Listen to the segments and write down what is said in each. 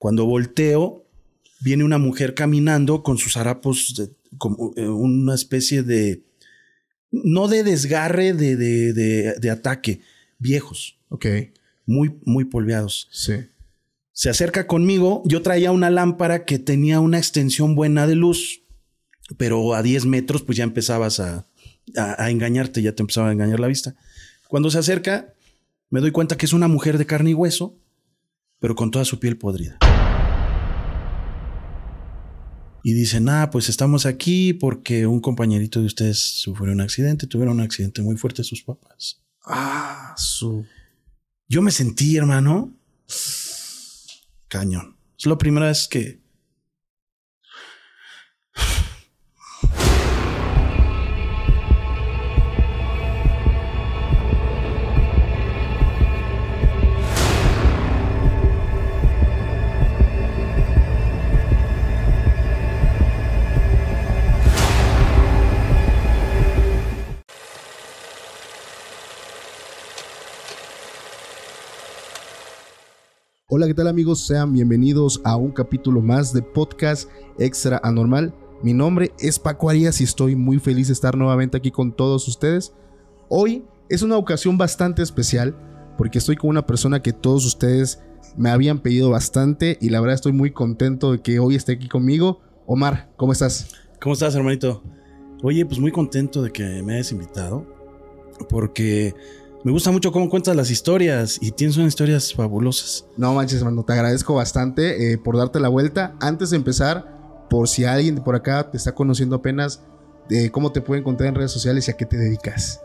Cuando volteo, viene una mujer caminando con sus harapos, como una especie de... No de desgarre, de ataque. Viejos. Ok. Muy, muy polveados. Sí. Se acerca conmigo. Yo traía una lámpara que tenía una extensión buena de luz, pero a 10 metros pues ya empezabas a engañarte, ya te empezaba a engañar la vista. Cuando se acerca, me doy cuenta que es una mujer de carne y hueso, pero con toda su piel podrida. Y dicen, pues estamos aquí porque un compañerito de ustedes sufrió un accidente, tuvieron un accidente muy fuerte sus papás. Yo me sentí, hermano, cañón. Es la primera vez que... Hola, ¿qué tal amigos? Sean bienvenidos a un capítulo más de Podcast Extra Anormal. Mi nombre es Paco Arias y estoy muy feliz de estar nuevamente aquí con todos ustedes. Hoy es una ocasión bastante especial porque estoy con una persona que todos ustedes me habían pedido bastante y la verdad estoy muy contento de que hoy esté aquí conmigo. Omar, ¿cómo estás? ¿Cómo estás, hermanito? Oye, pues muy contento de que me hayas invitado porque... me gusta mucho cómo cuentas las historias y tienes unas historias fabulosas. No manches, hermano, te agradezco bastante por darte la vuelta. Antes de empezar, por si alguien por acá te está conociendo apenas, ¿cómo te puede encontrar en redes sociales y a qué te dedicas?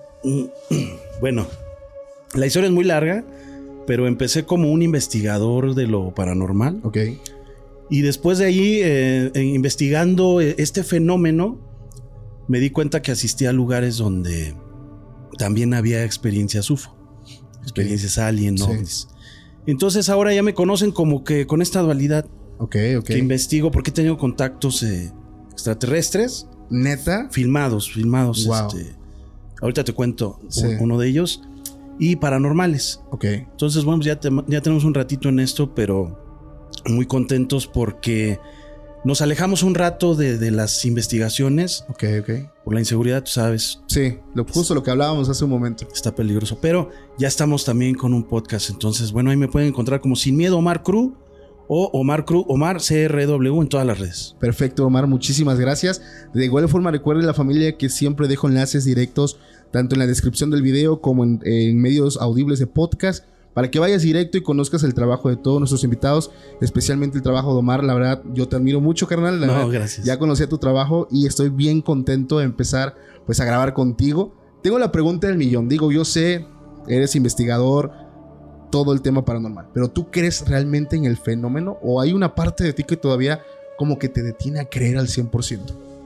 Bueno, la historia es muy larga, pero empecé como un investigador de lo paranormal. Ok. Y después de ahí, investigando este fenómeno, me di cuenta que asistía a lugares donde... también había experiencias UFO, experiencias alien, ovnis. Entonces ahora ya me conocen como que con esta dualidad. Ok. Que investigo porque he tenido contactos extraterrestres. ¿Neta? Filmados. Wow. Ahorita te cuento uno de ellos. Y paranormales. Ok. Entonces, bueno, ya tenemos un ratito en esto, pero muy contentos porque... nos alejamos un rato de las investigaciones. Ok. Por la inseguridad, tú sabes. Sí, justo lo que hablábamos hace un momento. Está peligroso. Pero ya estamos también con un podcast. Entonces, bueno, ahí me pueden encontrar como Sin Miedo Omar Crew o Omar Crew, Omar CRW en todas las redes. Perfecto, Omar. Muchísimas gracias. De igual forma, recuerden la familia que siempre dejo enlaces directos tanto en la descripción del video como en medios audibles de podcast, para que vayas directo y conozcas el trabajo de todos nuestros invitados, especialmente el trabajo de Omar. La verdad, yo te admiro mucho, carnal. Gracias. Ya conocía tu trabajo y estoy bien contento de empezar pues a grabar contigo. Tengo la pregunta del millón. Digo, yo sé, eres investigador, todo el tema paranormal, pero ¿tú crees realmente en el fenómeno? ¿O hay una parte de ti que todavía como que te detiene a creer al 100%?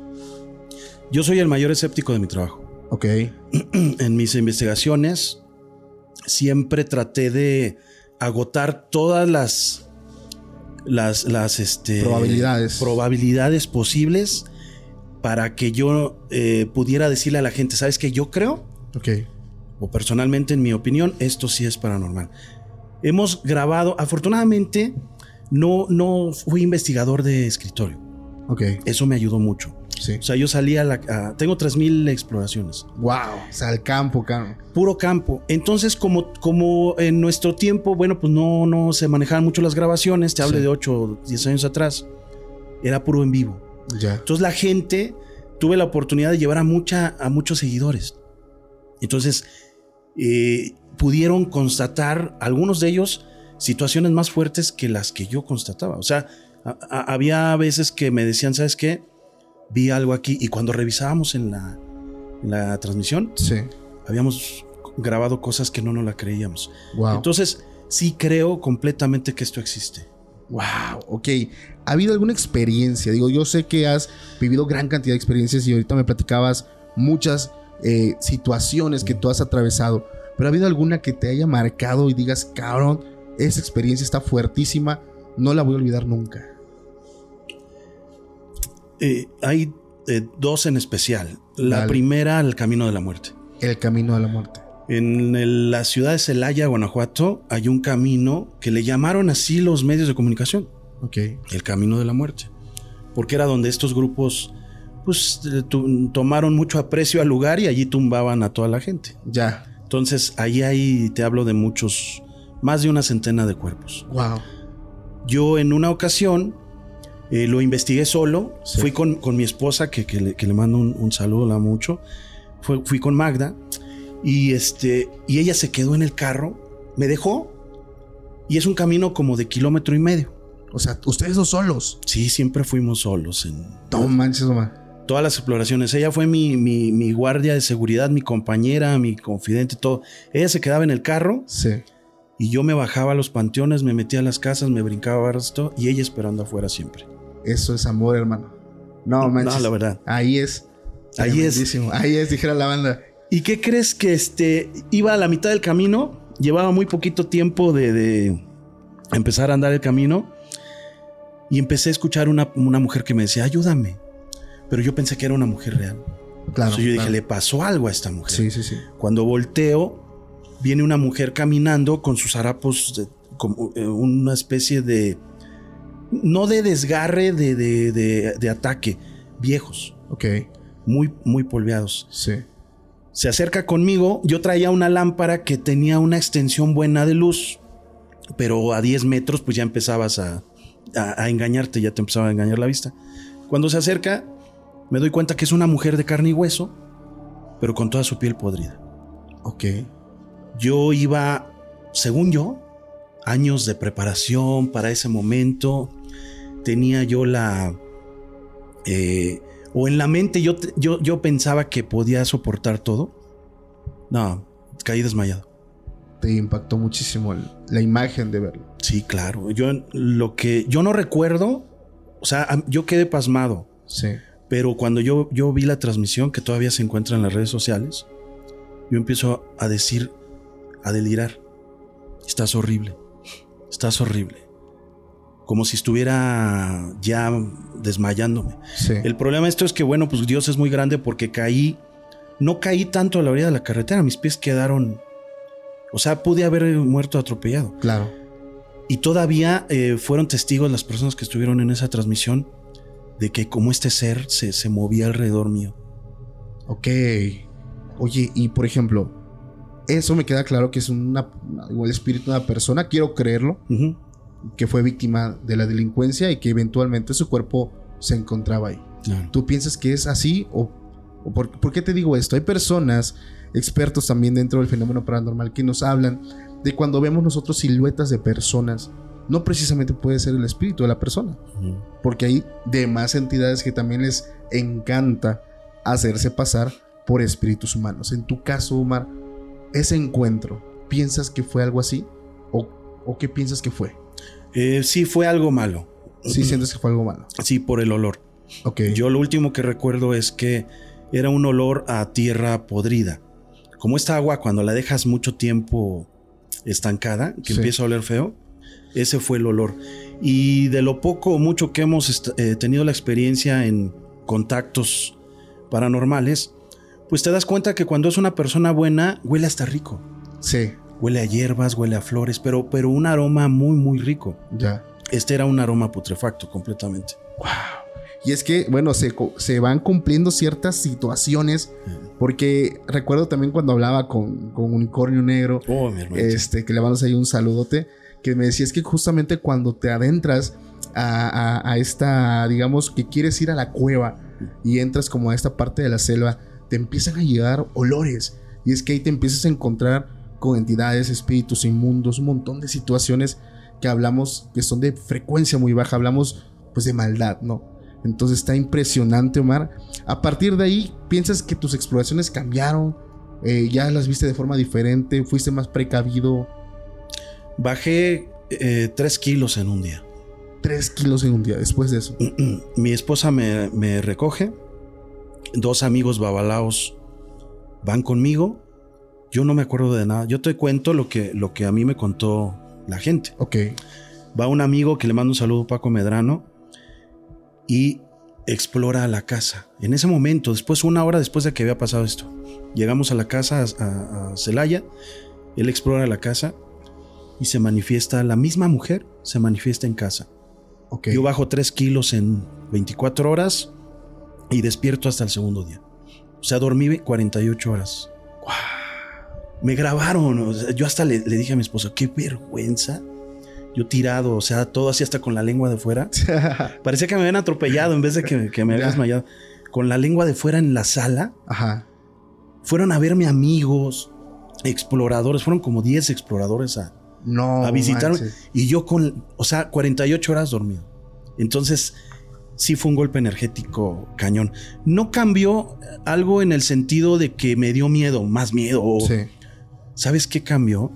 Yo soy el mayor escéptico de mi trabajo. Ok. En mis investigaciones... siempre traté de agotar todas las probabilidades posibles para que yo pudiera decirle a la gente, ¿sabes qué? Yo creo, o personalmente, en mi opinión, esto sí es paranormal. Hemos grabado, afortunadamente, no fui investigador de escritorio. Eso me ayudó mucho. Sí. O sea, yo salí tengo 3,000 exploraciones. Wow, o sea, al campo, cabrón. Puro campo. Entonces, como en nuestro tiempo, bueno, pues no se manejaban mucho las grabaciones. Te hablo de 8 o 10 años atrás. Era puro en vivo. Ya. Entonces, la gente, tuve la oportunidad de llevar a muchos seguidores. Entonces, pudieron constatar, algunos de ellos, situaciones más fuertes que las que yo constataba. O sea, había veces que me decían, ¿sabes qué? Vi algo aquí. Y cuando revisábamos en la transmisión, habíamos grabado cosas que no nos la creíamos. Wow. Entonces, sí creo completamente que esto existe. Wow, ok. ¿Ha habido alguna experiencia? Digo, yo sé que has vivido gran cantidad de experiencias y ahorita me platicabas muchas situaciones que tú has atravesado, pero ¿ha habido alguna que te haya marcado y digas, cabrón, esa experiencia está fuertísima, no la voy a olvidar nunca? Hay dos en especial. La primera, el Camino de la Muerte. El Camino de la Muerte. En la ciudad de Celaya, Guanajuato, hay un camino que le llamaron así los medios de comunicación. Ok. el camino de la muerte, porque era donde estos grupos pues tomaron mucho aprecio al lugar y allí tumbaban a toda la gente. Ya. Entonces ahí te hablo de muchos, más de una centena de cuerpos. Wow. Yo en una ocasión lo investigué solo. Sí. Fui con mi esposa, que le mando un saludo, la amo mucho. Fui con Magda y ella se quedó en el carro, me dejó, y es un camino como de 1.5 kilómetros. O sea, ustedes dos solos. Sí, siempre fuimos solos en No manches, Omar. todas las exploraciones. Ella fue mi guardia de seguridad, mi compañera, mi confidente, todo. Ella se quedaba en el carro. Sí. Y yo me bajaba a los panteones, me metía a las casas, me brincaba barras, todo, y ella esperando afuera siempre. Eso es amor, hermano. No manches. No, la verdad. Ahí es. Ahí es. Ahí es, dijera la banda. ¿Y qué crees? Que iba a la mitad del camino, llevaba muy poquito tiempo de empezar a andar el camino, y empecé a escuchar una mujer que me decía, ayúdame. Pero yo pensé que era una mujer real. Claro. Entonces yo dije, claro. le pasó algo a esta mujer. Sí, sí, sí. Cuando volteo, viene una mujer caminando con sus harapos, como una especie de, no de desgarre, de ataque, viejos, Ok. muy, muy polveados. Sí. Se acerca conmigo. Yo traía una lámpara que tenía una extensión buena de luz, pero a 10 metros pues ya empezabas a engañarte, ya te empezaba a engañar la vista. Cuando se acerca, me doy cuenta que es una mujer de carne y hueso, pero con toda su piel podrida. Ok. Yo iba, según yo, años de preparación para ese momento. Tenía yo o en la mente yo pensaba que podía soportar todo. No, caí desmayado. Te impactó muchísimo la imagen de verlo. Sí, claro. Yo no recuerdo, o sea, yo quedé pasmado. Sí. Pero cuando yo vi la transmisión, que todavía se encuentra en las redes sociales, yo empiezo a decir, a delirar. Estás horrible. Estás horrible. Como si estuviera ya desmayándome. Sí. El problema de esto es que, bueno, pues Dios es muy grande, porque no caí tanto a la orilla de la carretera. Mis pies quedaron, o sea, pude haber muerto atropellado. Claro. Y todavía fueron testigos las personas que estuvieron en esa transmisión de que como este ser se movía alrededor mío. Ok. Oye, y por ejemplo, eso me queda claro que es el espíritu de una persona, quiero creerlo, Uh-huh. que fue víctima de la delincuencia y que eventualmente su cuerpo se encontraba ahí. Claro. ¿Tú piensas que es así? ¿O por qué te digo esto? Hay personas, expertos también dentro del fenómeno paranormal, que nos hablan de cuando vemos nosotros siluetas de personas, no precisamente puede ser el espíritu de la persona, Uh-huh. porque hay demás entidades que también les encanta hacerse pasar por espíritus humanos. En tu caso, Omar, ese encuentro, ¿piensas que fue algo así? ¿O qué piensas que fue? Sí, fue algo malo. ¿Sí sientes que fue algo malo? Sí, por el olor. Ok. Yo lo último que recuerdo es que era un olor a tierra podrida. Como esta agua, cuando la dejas mucho tiempo estancada, que Sí. empieza a oler feo, ese fue el olor. Y de lo poco o mucho que hemos tenido la experiencia en contactos paranormales, pues te das cuenta que cuando es una persona buena, huele hasta rico. Sí, Huele a hierbas, huele a flores, pero un aroma muy, muy rico. ya. Este era un aroma putrefacto completamente. Wow. Y es que, bueno, se van cumpliendo ciertas situaciones, porque recuerdo también cuando hablaba con Unicornio Negro, Oh, mi hermano. que le mandamos ahí un saludote, que me decía, es que justamente cuando te adentras a esta, digamos, que quieres ir a la cueva y entras como a esta parte de la selva, te empiezan a llegar olores, y es que ahí te empiezas a encontrar con entidades, espíritus inmundos, un montón de situaciones que hablamos que son de frecuencia muy baja, hablamos pues de maldad, ¿no? Entonces está impresionante, Omar. A partir de ahí, ¿piensas que tus exploraciones cambiaron? ¿Ya las viste de forma diferente? ¿Fuiste más precavido? Bajé 3 kilos en un día. 3 kilos en un día después de eso. Mi esposa me recoge. 2 amigos babalaos van conmigo. Yo no me acuerdo de nada. Yo te cuento lo que a mí me contó la gente. Ok. Va un amigo que le mando un saludo, Paco Medrano, y explora la casa. En ese momento, una hora después de que había pasado esto, llegamos a la casa, a Celaya. Él explora la casa y se manifiesta, la misma mujer se manifiesta en casa. Okay. Yo bajo 3 kilos en 24 horas y despierto hasta el segundo día. O sea, dormí 48 horas. ¡Wow! Me grabaron. O sea, yo hasta le dije a mi esposa, qué vergüenza. Yo tirado, o sea, todo así hasta con la lengua de fuera. Parecía que me habían atropellado en vez de que me había desmayado. Con la lengua de fuera en la sala. Ajá. Fueron a verme amigos, exploradores. Fueron como 10 exploradores a visitarme. Manches. Y yo 48 horas dormido. Entonces, sí fue un golpe energético cañón. No cambió algo en el sentido de que me dio miedo, más miedo. Sí. ¿Sabes qué cambió?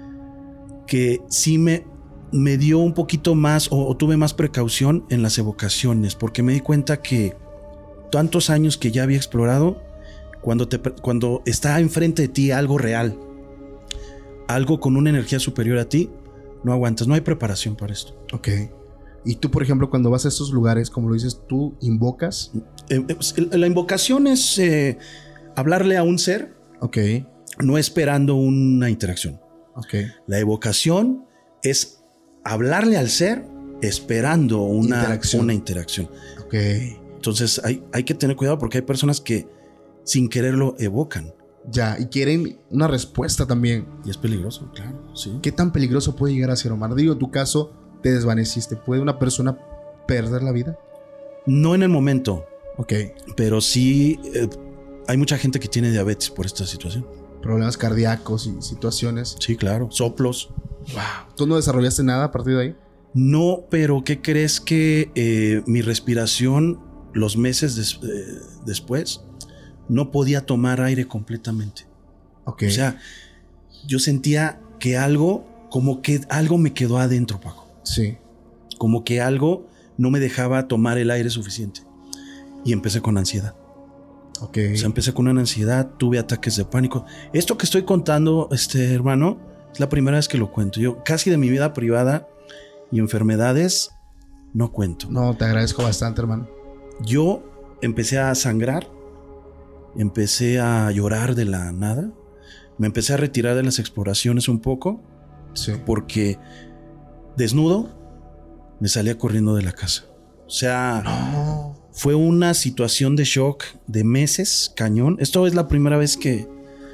Que sí me dio un poquito más o tuve más precaución en las evocaciones, porque me di cuenta que tantos años que ya había explorado, cuando está enfrente de ti algo real, algo con una energía superior a ti, no aguantas, no hay preparación para esto. Ok. Y tú, por ejemplo, cuando vas a estos lugares, como lo dices, ¿tú invocas? La invocación es hablarle a un ser, no esperando una interacción. La evocación es hablarle al ser esperando una interacción. Entonces hay que tener cuidado porque hay personas que sin quererlo evocan. Ya, y quieren una respuesta también. Y es peligroso, claro. Sí. ¿Qué tan peligroso puede llegar a ser, Omar? Digo, en tu caso, te desvaneciste. ¿Puede una persona perder la vida? No en el momento. Pero sí hay mucha gente que tiene diabetes por esta situación. Problemas cardíacos y situaciones. Sí, claro. Soplos. Wow. ¿Tú no desarrollaste nada a partir de ahí? No, pero ¿qué crees que mi respiración los meses después no podía tomar aire completamente? O sea, yo sentía que como que algo me quedó adentro, Paco. Sí. Como que algo no me dejaba tomar el aire suficiente. Y empecé con ansiedad. O sea, empecé con una ansiedad, tuve ataques de pánico. Esto que estoy contando, hermano, es la primera vez que lo cuento. Yo casi de mi vida privada y enfermedades no cuento. No, te agradezco bastante, hermano. Yo empecé a sangrar, empecé a llorar de la nada, me empecé a retirar de las exploraciones un poco, porque desnudo me salía corriendo de la casa. O sea, fue una situación de shock de meses, cañón. Esto es la primera vez que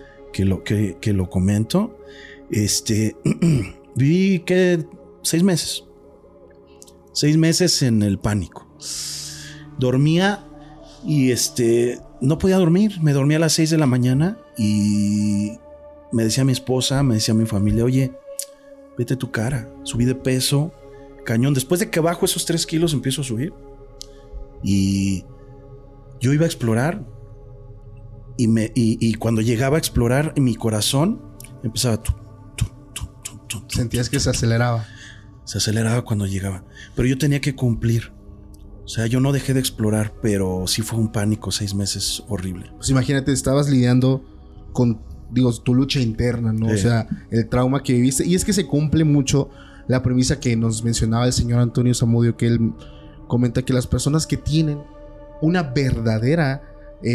lo comento. Viví 6 meses. 6 meses en el pánico. Dormía y no podía dormir. Me dormía a las 6 de la mañana y me decía mi esposa, me decía mi familia, oye, vete tu cara. Subí de peso, cañón. Después de que bajo esos 3 kilos empiezo a subir. Y yo iba a explorar y cuando llegaba a explorar, mi corazón empezaba Sentías que se aceleraba. Se aceleraba cuando llegaba. Pero yo tenía que cumplir. O sea, yo no dejé de explorar, pero sí fue un pánico 6 meses horrible. Pues imagínate, estabas lidiando con, tu lucha interna, ¿no? O sea, el trauma que viviste. Y es que se cumple mucho la premisa que nos mencionaba el señor Antonio Zamudio, que él comenta que las personas que tienen una verdadera,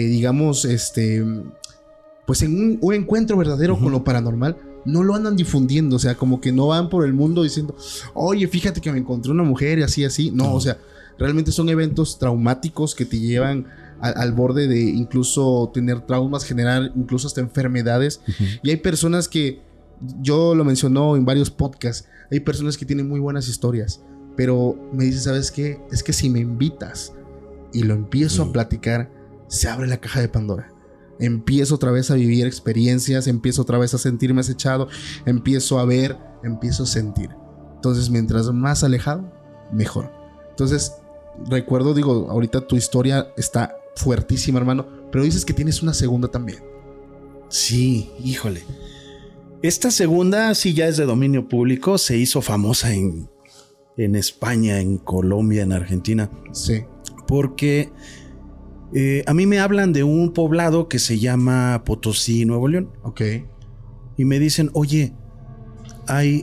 pues en un encuentro verdadero con lo paranormal, no lo andan difundiendo. O sea, como que no van por el mundo diciendo, oye, fíjate que me encontré una mujer y así. No, o sea, realmente son eventos traumáticos que te llevan al borde de incluso tener traumas, generar incluso hasta enfermedades. Y hay personas que, yo lo mencionó en varios podcasts, hay personas que tienen muy buenas historias, pero me dice, ¿sabes qué? Es que si me invitas y lo empiezo a platicar, se abre la caja de Pandora. Empiezo otra vez a vivir experiencias, empiezo otra vez a sentirme acechado, empiezo a ver, empiezo a sentir. Entonces, mientras más alejado, mejor. Entonces, recuerdo, ahorita tu historia está fuertísima, hermano, pero dices que tienes una segunda también. Sí, híjole. Esta segunda sí ya es de dominio público, se hizo famosa en España, en Colombia, en Argentina. Sí. Porque a mí me hablan de un poblado que se llama Potosí, Nuevo León. Y me dicen, oye, hay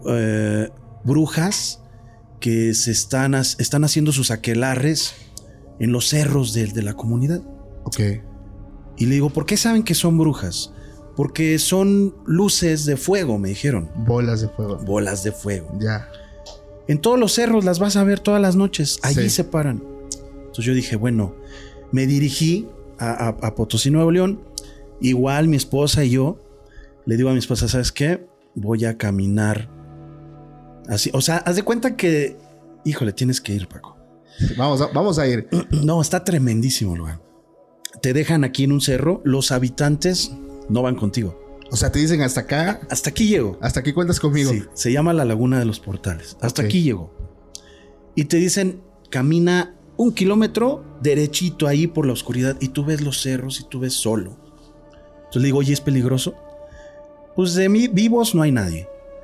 brujas que están haciendo sus aquelarres en los cerros de la comunidad. Y le digo, ¿por qué saben que son brujas? Porque son luces de fuego, me dijeron. Bolas de fuego. Bolas de fuego. Ya. En todos los cerros las vas a ver todas las noches. Allí Sí. se paran. Entonces yo dije, bueno, me dirigí a Potosí, Nuevo León. Igual mi esposa y yo le digo a mi esposa, ¿sabes qué? Voy a caminar así. O sea, haz de cuenta que, híjole, tienes que ir, Paco. Vamos a ir. No, está tremendísimo el lugar. Te dejan aquí en un cerro, los habitantes no van contigo. O sea, te dicen hasta acá, Hasta aquí llego. hasta aquí cuentas conmigo. Sí, se llama la Laguna de los Portales. Hasta Ok. aquí llego. Y te dicen, camina 1 kilómetro derechito ahí por la oscuridad y tú ves los cerros y tú ves solo. Entonces le digo, oye, ¿es peligroso? Pues de mí vivos no hay nadie.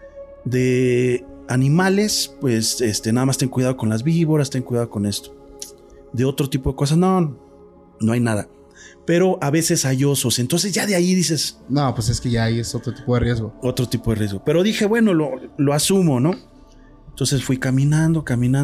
De animales, pues nada más ten cuidado con las víboras, ten cuidado con esto. De otro tipo de cosas, no hay nada. Pero a veces hay osos. Entonces ya de ahí dices, No, pues es que ya ahí es otro tipo de riesgo. otro tipo de riesgo. Pero dije, bueno, lo asumo, ¿no? Entonces fui caminando.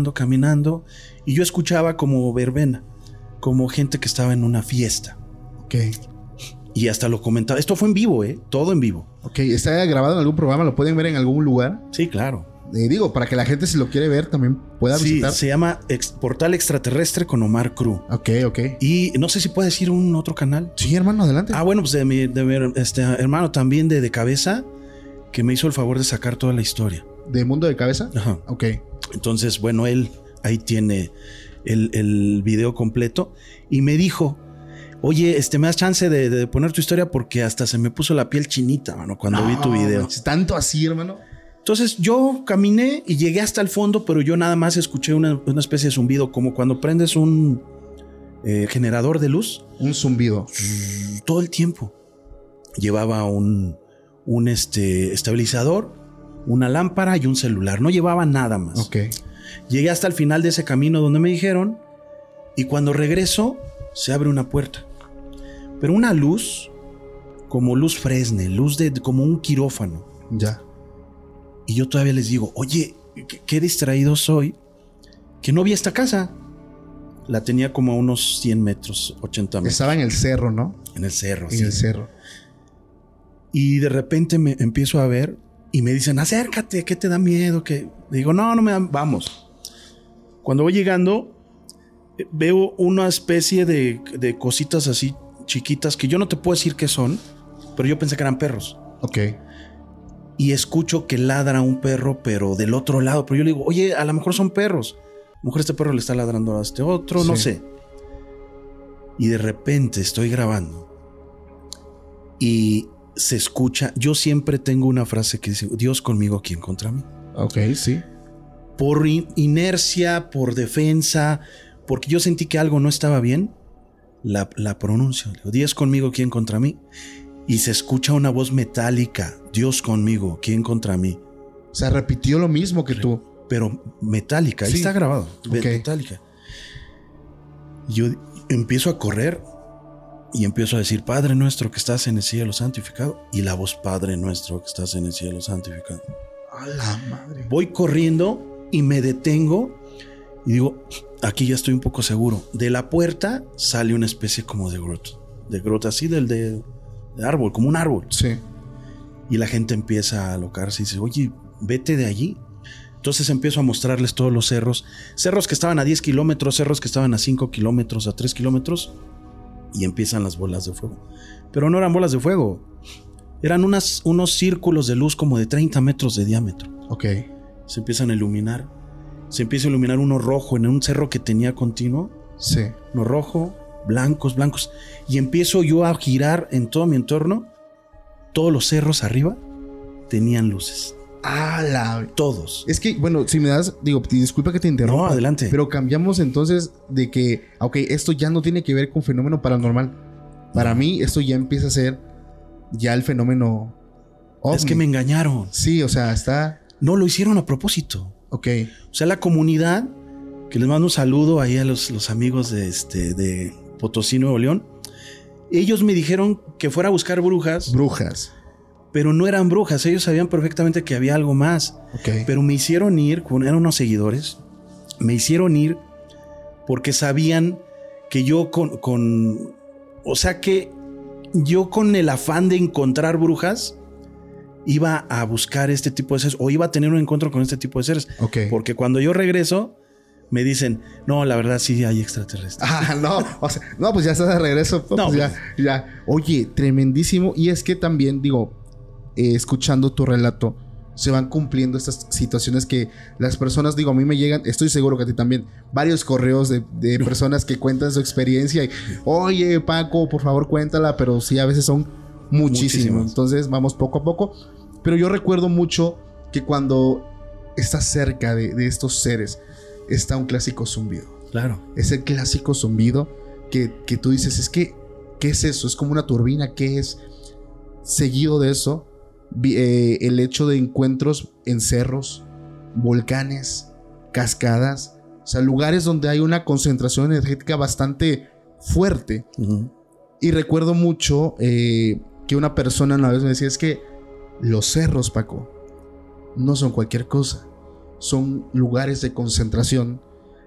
Y yo escuchaba como verbena, como gente que estaba en una fiesta. Ok. Y hasta lo comentaba. Esto fue en vivo, todo en vivo. Ok, ¿está grabado en algún programa? ¿Lo pueden ver en algún lugar? Sí, claro. Digo, para que la gente si lo quiere ver también pueda Sí, visitar. se llama Portal Extraterrestre con Omar Cruz. Ok. Y no sé si puedes decir un otro canal. Sí, hermano, adelante. Ah, bueno, pues de mi hermano también de Cabeza, que me hizo el favor de sacar toda la historia. ¿De Mundo de Cabeza? Ajá. Ok. Entonces, bueno, él ahí tiene el video completo y me dijo, oye, me das chance de poner tu historia porque hasta se me puso la piel chinita, mano, cuando vi tu video. Manches, tanto así, hermano. Entonces yo caminé y llegué hasta el fondo, pero yo nada más escuché una especie de zumbido, como cuando prendes un generador de luz. Un zumbido. Todo el tiempo. Llevaba un estabilizador, una lámpara y un celular. No llevaba nada más. Ok. Llegué hasta el final de ese camino donde me dijeron y cuando regreso se abre una puerta. Pero una luz, como luz Fresnel, luz como un quirófano. Ya. Y yo todavía les digo, oye, qué distraído soy, que no vi esta casa. La tenía como a unos 100 metros, 80 metros. Estaba en el cerro, ¿no? En el cerro. En el cerro. Y de repente me empiezo a ver y me dicen, acércate, ¿qué te da miedo? Le digo, no me da, vamos. Cuando voy llegando, veo una especie de cositas así chiquitas que yo no te puedo decir qué son, pero yo pensé que eran perros. Ok. Y escucho que ladra un perro, pero del otro lado. Pero yo le digo, oye, a lo mejor son perros. A lo mejor este perro le está ladrando a este otro, no sé. Y de repente estoy grabando y se escucha. Yo siempre tengo una frase que dice, Dios conmigo, ¿quién contra mí? Ok, sí. Por inercia, por defensa, porque yo sentí que algo no estaba bien, la pronuncio. Digo, Dios conmigo, ¿quién contra mí? Y se escucha una voz metálica, Dios conmigo, ¿quién contra mí? O sea, repitió lo mismo que tú. Pero metálica, ahí Sí. está grabado, Okay. metálica. Yo empiezo a correr y empiezo a decir, Padre nuestro que estás en el cielo, santificado. Y la voz, Padre nuestro que estás en el cielo, santificado. A la madre. Voy corriendo y me detengo y digo, aquí ya estoy un poco seguro. De la puerta sale una especie como de grota así de árbol, como un árbol. Sí. Y la gente empieza a alocarse y dice, oye, vete de allí. Entonces empiezo a mostrarles todos los cerros que estaban a 10 kilómetros, cerros que estaban a 5 kilómetros, a 3 kilómetros, y empiezan las bolas de fuego. Pero no eran bolas de fuego, eran unos círculos de luz como de 30 metros de diámetro. Ok. Se empiezan a iluminar, se empieza a iluminar uno rojo en un cerro que tenía continuo, Sí. uno rojo, blancos, y empiezo yo a girar en todo mi entorno. Todos los cerros arriba tenían luces. Todos. Es que, bueno, si me das, digo, disculpa que te interrumpa. No, adelante. Pero cambiamos entonces de que, ok, esto ya no tiene que ver con fenómeno paranormal. Para mí, esto ya empieza a ser ya el fenómeno ovni. Es que me engañaron. Sí, o sea, está... No, lo hicieron a propósito. Ok. O sea, la comunidad, que les mando un saludo ahí a los amigos de Potosí, Nuevo León. Ellos me dijeron que fuera a buscar brujas. Brujas. Pero no eran brujas, ellos sabían perfectamente que había algo más. Ok. Pero me hicieron ir, eran unos seguidores, me hicieron ir porque sabían que yo o sea que yo con el afán de encontrar brujas, iba a buscar este tipo de seres o iba a tener un encuentro con este tipo de seres. Okay. Porque cuando yo regreso, me dicen, no, la verdad sí hay extraterrestres. No, o sea, no, pues ya estás de regreso. Pues No, ya. Oye, tremendísimo. Y es que también, digo, escuchando tu relato, se van cumpliendo estas situaciones que las personas, digo, a mí me llegan, estoy seguro que a ti también, varios correos de personas que cuentan su experiencia y, oye, Paco, por favor, cuéntala, pero sí, a veces son muchísimos. Entonces, vamos poco a poco. Pero yo recuerdo mucho que cuando estás cerca de estos seres, está un clásico zumbido. Claro. Es el clásico zumbido que tú dices, es que, ¿qué es eso? Es como una turbina, ¿qué es? Seguido de eso, el hecho de encuentros en cerros, volcanes, cascadas, o sea, lugares donde hay una concentración energética bastante fuerte. Uh-huh. Y recuerdo mucho que una persona una vez me decía, es que los cerros, Paco, no son cualquier cosa. Son lugares de concentración.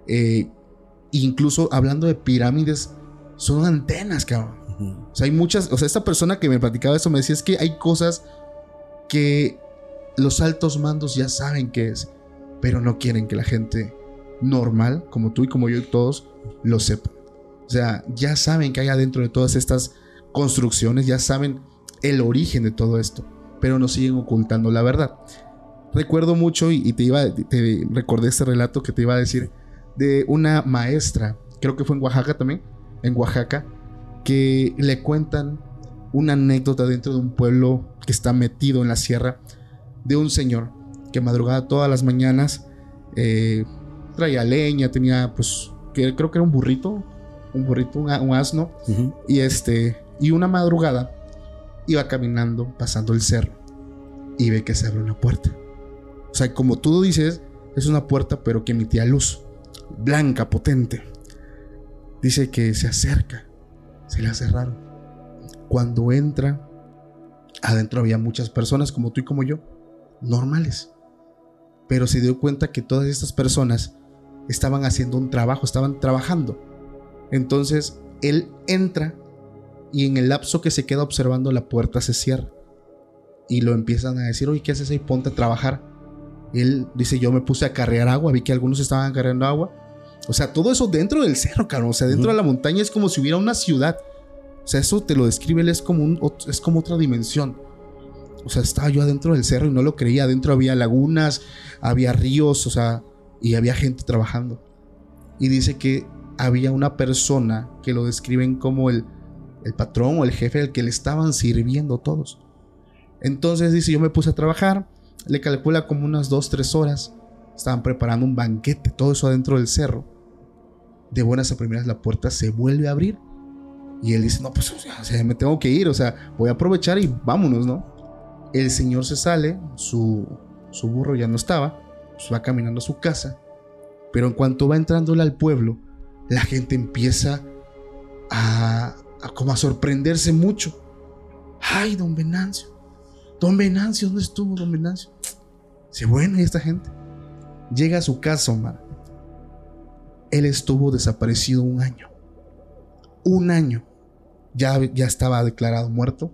Incluso hablando de pirámides, son antenas, cabrón. Uh-huh. O sea, hay muchas. O sea, esta persona que me platicaba eso me decía, es que hay cosas que los altos mandos ya saben qué es, pero no quieren que la gente normal, como tú y como yo y todos, lo sepan. O sea, ya saben que hay adentro de todas estas construcciones, ya saben el origen de todo esto, pero nos siguen ocultando la verdad. Recuerdo mucho y te recordé este relato que te iba a decir de una maestra, creo que fue en Oaxaca también, en Oaxaca, que le cuentan una anécdota dentro de un pueblo que está metido en la sierra, de un señor que madrugaba todas las mañanas, traía leña, tenía pues, que creo que era un burrito, un asno, uh-huh. Y una madrugada iba caminando, pasando el cerro, y ve que se abre una puerta. O sea, como tú dices, es una puerta pero que emitía luz, blanca, potente. Dice que se acerca, se la cerraron. Cuando entra, adentro había muchas personas como tú y como yo, normales. Pero se dio cuenta que todas estas personas estaban haciendo un trabajo, estaban trabajando. Entonces, él entra y en el lapso que se queda observando, la puerta se cierra. Y lo empiezan a decir, oye, ¿qué haces ahí? Ponte a trabajar. Él dice, yo me puse a carrear agua, vi que algunos estaban carreando agua. O sea, todo eso dentro del cerro, cabrón. O sea, dentro de la montaña es como si hubiera una ciudad. O sea, eso te lo describe él, es como otra dimensión. O sea, estaba yo adentro del cerro y no lo creía. Adentro había lagunas, había ríos, o sea, y había gente trabajando. Y dice que había una persona que lo describen como el patrón o el jefe al que le estaban sirviendo todos. Entonces dice, yo me puse a trabajar, le calcula como unas 2-3 horas. Estaban preparando un banquete, todo eso adentro del cerro. De buenas a primeras la puerta se vuelve a abrir. Y él dice, no, pues o sea, me tengo que ir, o sea, voy a aprovechar y vámonos, ¿no? El señor se sale, su burro ya no estaba, pues va caminando a su casa. Pero en cuanto va entrándole al pueblo, la gente empieza a sorprenderse mucho. Ay, don Venancio, ¿dónde estuvo don Venancio? Dice, bueno, ¿y esta gente? Llega a su casa, Omar. Él estuvo desaparecido 1 año. 1 año. Ya estaba declarado muerto.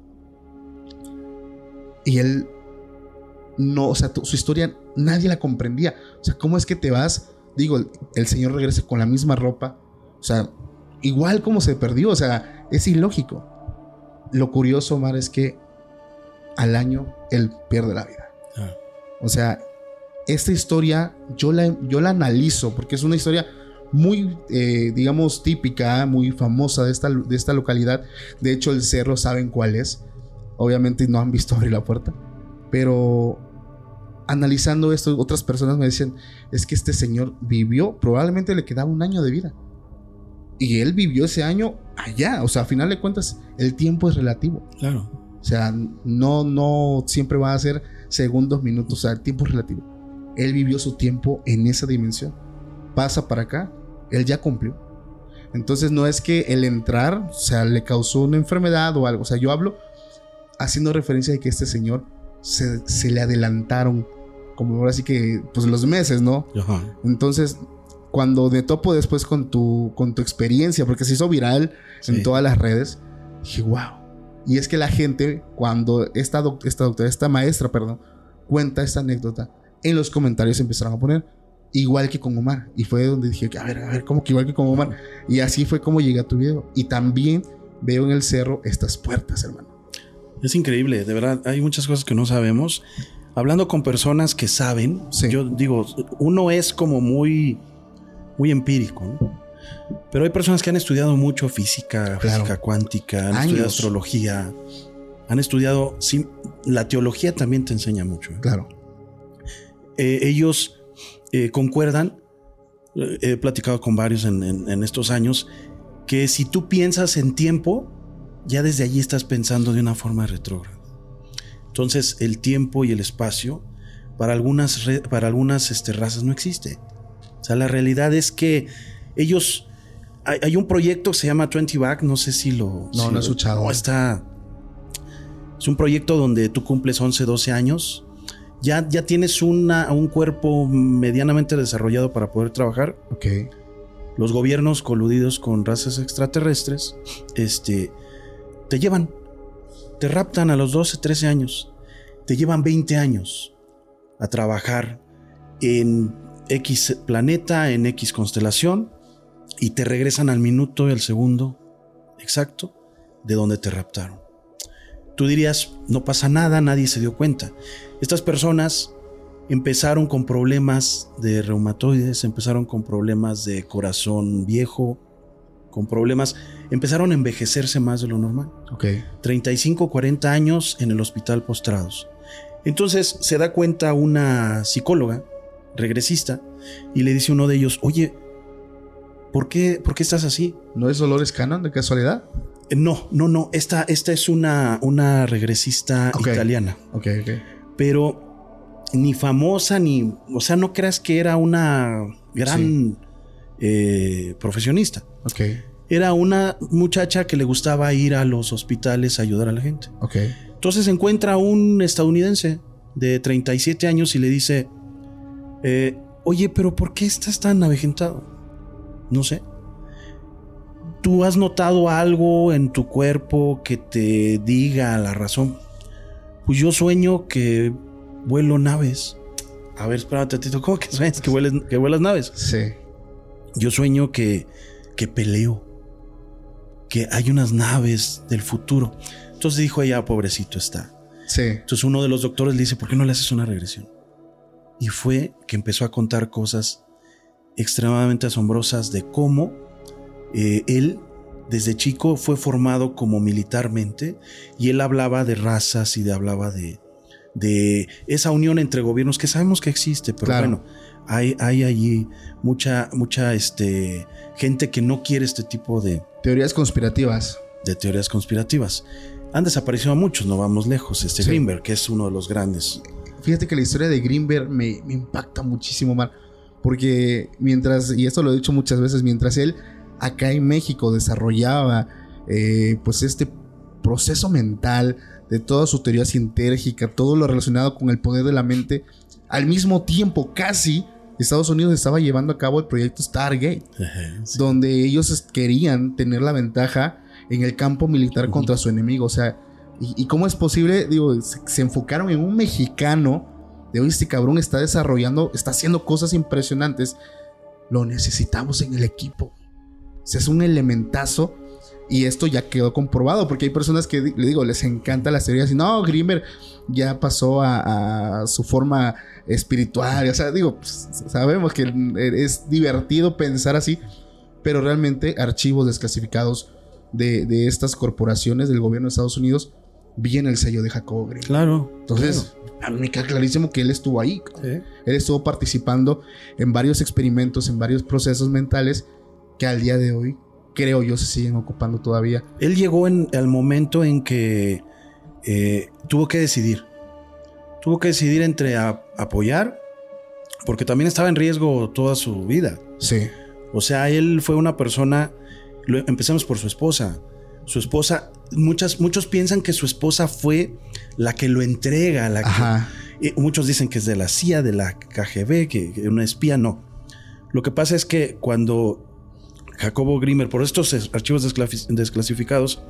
Y él no, o sea, su historia nadie la comprendía. O sea, ¿cómo es que te vas? Digo, el señor regresa con la misma ropa. O sea, igual como se perdió. O sea, es ilógico. Lo curioso, Omar, es que al año él pierde la vida. O sea, esta historia yo la analizo porque es una historia muy, digamos, típica, muy famosa de esta localidad. De hecho, el cerro saben cuál es. Obviamente no han visto abrir la puerta. Pero analizando esto, otras personas me decían, es que este señor vivió, probablemente le quedaba 1 año de vida. Y él vivió ese año allá. O sea, a final de cuentas, el tiempo es relativo. Claro. O sea, no siempre va a ser segundos, minutos. O sea, el tiempo es relativo. Él vivió su tiempo en esa dimensión. Pasa para acá, él ya cumplió. Entonces no es que el entrar, o sea, le causó una enfermedad o algo. O sea, yo hablo haciendo referencia de que este señor se le adelantaron, como ahora sí que, pues los meses, ¿no? Ajá. Entonces, cuando me topo después con tu experiencia, porque se hizo viral en todas las redes, dije, wow. Y es que la gente, cuando esta maestra, cuenta esta anécdota, en los comentarios empezaron a poner igual que con Omar. Y fue donde dije, a ver, ¿cómo que igual que con Omar? Y así fue como llegué a tu video. Y también veo en el cerro estas puertas, hermano. Es increíble, de verdad. Hay muchas cosas que no sabemos. Hablando con personas que saben, sí. Yo digo, uno es como muy empírico, ¿no? Pero hay personas que han estudiado mucho física cuántica, han estudiado astrología, han estudiado... Sí, la teología también te enseña mucho. Claro. Ellos concuerdan, he platicado con varios en estos años, que si tú piensas en tiempo, ya desde allí estás pensando de una forma retrógrada. Entonces el tiempo y el espacio para algunas razas no existe. O sea, la realidad es que ellos... Hay un proyecto que se llama 20 Back, no sé si lo... No, no he escuchado. No, es un proyecto donde tú cumples 11, 12 años. Ya tienes un cuerpo medianamente desarrollado para poder trabajar. Ok. Los gobiernos coludidos con razas extraterrestres, te llevan, te raptan a los 12, 13 años. Te llevan 20 años a trabajar en X planeta, en X constelación, y te regresan al minuto y al segundo exacto de donde te raptaron. Tú dirías, no pasa nada, nadie se dio cuenta. Estas personas empezaron con problemas de reumatoides, empezaron con problemas de corazón viejo, con problemas, empezaron a envejecerse más de lo normal. 35, 40 años en el hospital postrados. Entonces se da cuenta una psicóloga regresista y le dice a uno de ellos, oye, ¿por qué estás así? ¿No es Dolores Cannon de casualidad? No. Esta es una regresista italiana. Ok. Pero ni famosa ni... O sea, no creas que era una gran profesionista. Ok. Era una muchacha que le gustaba ir a los hospitales a ayudar a la gente. Ok. Entonces encuentra a un estadounidense de 37 años y le dice, oye, pero ¿por qué estás tan avejentado? No sé. ¿Tú has notado algo en tu cuerpo que te diga la razón? Pues yo sueño que vuelo naves. A ver, espérate, Tito, ¿cómo que sueñas que vuelas naves? Sí. Yo sueño que peleo, que hay unas naves del futuro. Entonces dijo ella, pobrecito está. Sí. Entonces uno de los doctores le dice, ¿por qué no le haces una regresión? Y fue que empezó a contar cosas extremadamente asombrosas de cómo él desde chico fue formado como militarmente y él hablaba de razas y hablaba de esa unión entre gobiernos que sabemos que existe, pero claro. Bueno, hay allí mucha gente que no quiere este tipo de teorías conspirativas. De teorías conspirativas. Han desaparecido muchos, no vamos lejos. Sí. Greenberg, que es uno de los grandes. Fíjate que la historia de Greenberg me impacta muchísimo, Mar, porque mientras, y esto lo he dicho muchas veces, mientras él acá en México desarrollaba pues este proceso mental de toda su teoría sintérgica, todo lo relacionado con el poder de la mente, al mismo tiempo casi Estados Unidos estaba llevando a cabo el proyecto Stargate, sí. Donde ellos querían tener la ventaja en el campo militar contra su enemigo. O sea, ¿y cómo es posible? Digo, se enfocaron en un mexicano de hoy, este cabrón está desarrollando, está haciendo cosas impresionantes, lo necesitamos en el equipo. O sea, es un elementazo. Y esto ya quedó comprobado, porque hay personas que, le digo, les encanta las teorías y no, Greenberg ya pasó a su forma espiritual. O sea, digo, pues, sabemos que es divertido pensar así, pero realmente archivos desclasificados de estas corporaciones del gobierno de Estados Unidos viene el sello de Jacobo Greenberg. Claro. Entonces, a mí me queda clarísimo que él estuvo ahí. ¿Sí? Él estuvo participando en varios experimentos, en varios procesos mentales que al día de hoy, creo yo, se siguen ocupando todavía. Él llegó al momento en que tuvo que decidir. Tuvo que decidir entre apoyar, porque también estaba en riesgo toda su vida. Sí. O sea, él fue una persona... Empecemos por su esposa. Su esposa... Muchos piensan que su esposa fue la que lo entrega. Muchos dicen que es de la CIA, de la KGB, que una espía. No. Lo que pasa es que cuando... Jacobo Greenberg, por estos archivos desclasificados,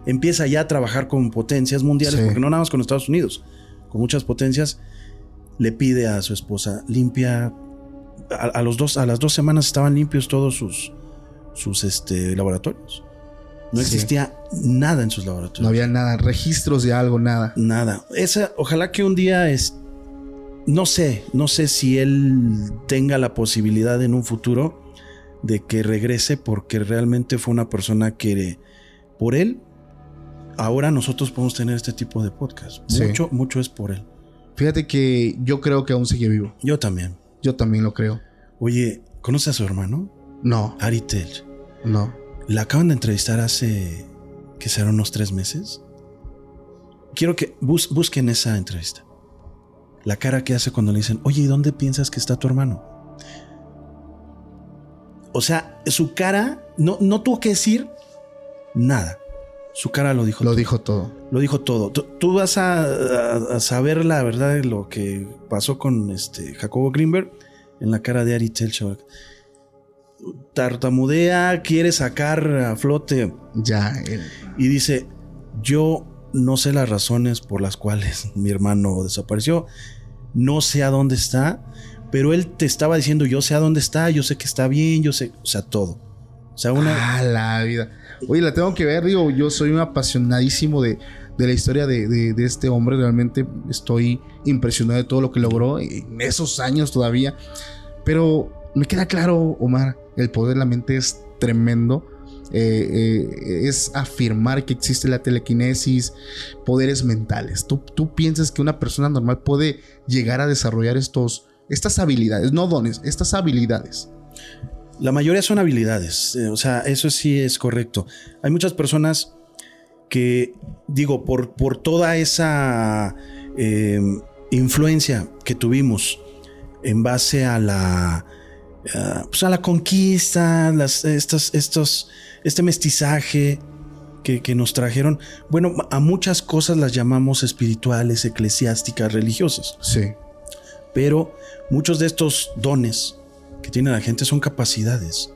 empieza ya a trabajar con potencias mundiales, porque no nada más con Estados Unidos, con muchas potencias, le pide a su esposa, limpia, a las 2 semanas estaban limpios todos sus laboratorios. No existía nada en sus laboratorios. No había nada, registros de algo, nada. Nada. Ojalá que un día no sé si él tenga la posibilidad en un futuro de que regrese, porque realmente fue una persona que por él ahora nosotros podemos tener este tipo de podcast. Mucho es por él. Fíjate que yo creo que aún sigue vivo. Yo también lo creo. Oye, ¿conoces a su hermano? No. Ari Telch. No. La acaban de entrevistar hace, ¿qué será? Unos 3 meses. Quiero que busquen esa entrevista. La cara que hace cuando le dicen, oye, ¿y dónde piensas que está tu hermano? O sea, su cara no tuvo que decir nada. Su cara lo dijo todo. Lo dijo todo. Tú vas a saber la verdad de lo que pasó con Jacobo Greenberg en la cara de Ari Telch. Tartamudea, quiere sacar a flote. Y dice, yo no sé las razones por las cuales mi hermano desapareció. No sé a dónde está, pero él te estaba diciendo, yo sé a dónde está, yo sé que está bien, yo sé, o sea, todo. O sea, la vida. Oye, la tengo que ver, digo, yo soy un apasionadísimo de la historia de este hombre. Realmente estoy impresionado de todo lo que logró en esos años todavía. Pero me queda claro, Omar, el poder de la mente es tremendo. Es afirmar que existe la telequinesis, poderes mentales. ¿Tú piensas que una persona normal puede llegar a desarrollar estas habilidades? No dones, estas habilidades. La mayoría son habilidades, o sea, eso sí es correcto. Hay muchas personas que, digo, por toda esa influencia que tuvimos en base a la conquista, este mestizaje que nos trajeron, bueno, a muchas cosas las llamamos espirituales, eclesiásticas, religiosas. Sí. Pero muchos de estos dones que tiene la gente son capacidades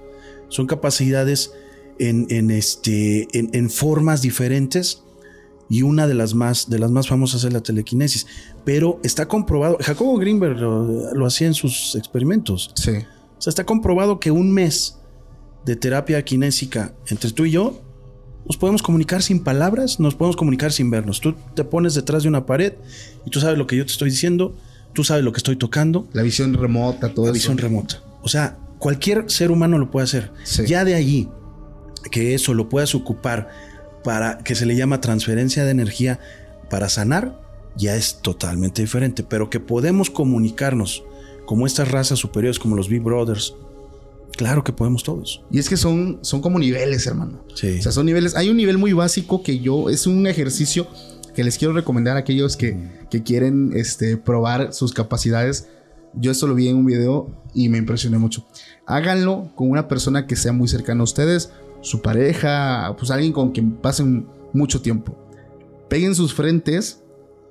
en formas diferentes, y una de las más famosas es la telequinesis, pero está comprobado. Jacobo Greenberg lo hacía en sus experimentos. Sí. O sea, está comprobado que 1 mes de terapia kinésica entre tú y yo nos podemos comunicar sin palabras, nos podemos comunicar sin vernos. Tú te pones detrás de una pared y tú sabes lo que yo te estoy diciendo, tú sabes lo que estoy tocando. La visión remota, todo eso. La visión remota. O sea, cualquier ser humano lo puede hacer. Sí. Ya de allí que eso lo puedas ocupar para que se le llama transferencia de energía para sanar, ya es totalmente diferente. Pero que podemos comunicarnos como estas razas superiores, como los Big Brothers, claro que podemos todos. Y es que son como niveles, hermano. Sí. O sea, son niveles. Hay un nivel muy básico que es un ejercicio que les quiero recomendar a aquellos que quieren probar sus capacidades. Yo esto lo vi en un video y me impresioné mucho. Háganlo con una persona que sea muy cercana a ustedes, su pareja, pues alguien con quien pasen mucho tiempo. Peguen sus frentes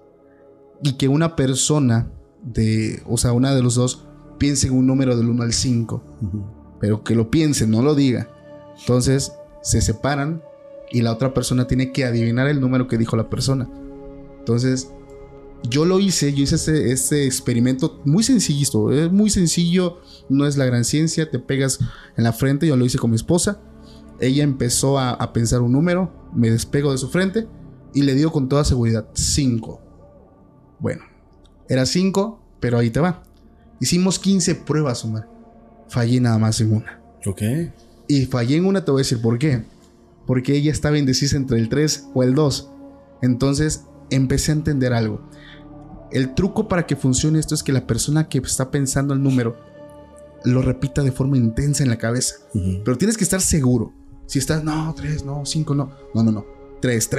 y que una persona una de los dos piense en un número del 1 al 5. Pero que lo piense, no lo diga. Entonces se separan y la otra persona tiene que adivinar el número que dijo la persona. Entonces yo hice ese experimento muy sencillito, es muy sencillo, no es la gran ciencia, te pegas en la frente. Yo lo hice con mi esposa. Ella empezó a pensar un número, me despego de su frente y le digo con toda seguridad 5. Bueno, era 5, pero ahí te va. Hicimos 15 pruebas, Omar. Fallé nada más en una. Ok. Y fallé en una, te voy a decir por qué. Porque ella estaba indecisa entre el 3 o el 2. Entonces empecé a entender algo. El truco para que funcione esto es que la persona que está pensando el número lo repita de forma intensa en la cabeza. Pero tienes que estar seguro. Si estás, no, 3, no, 5, no. No. 3.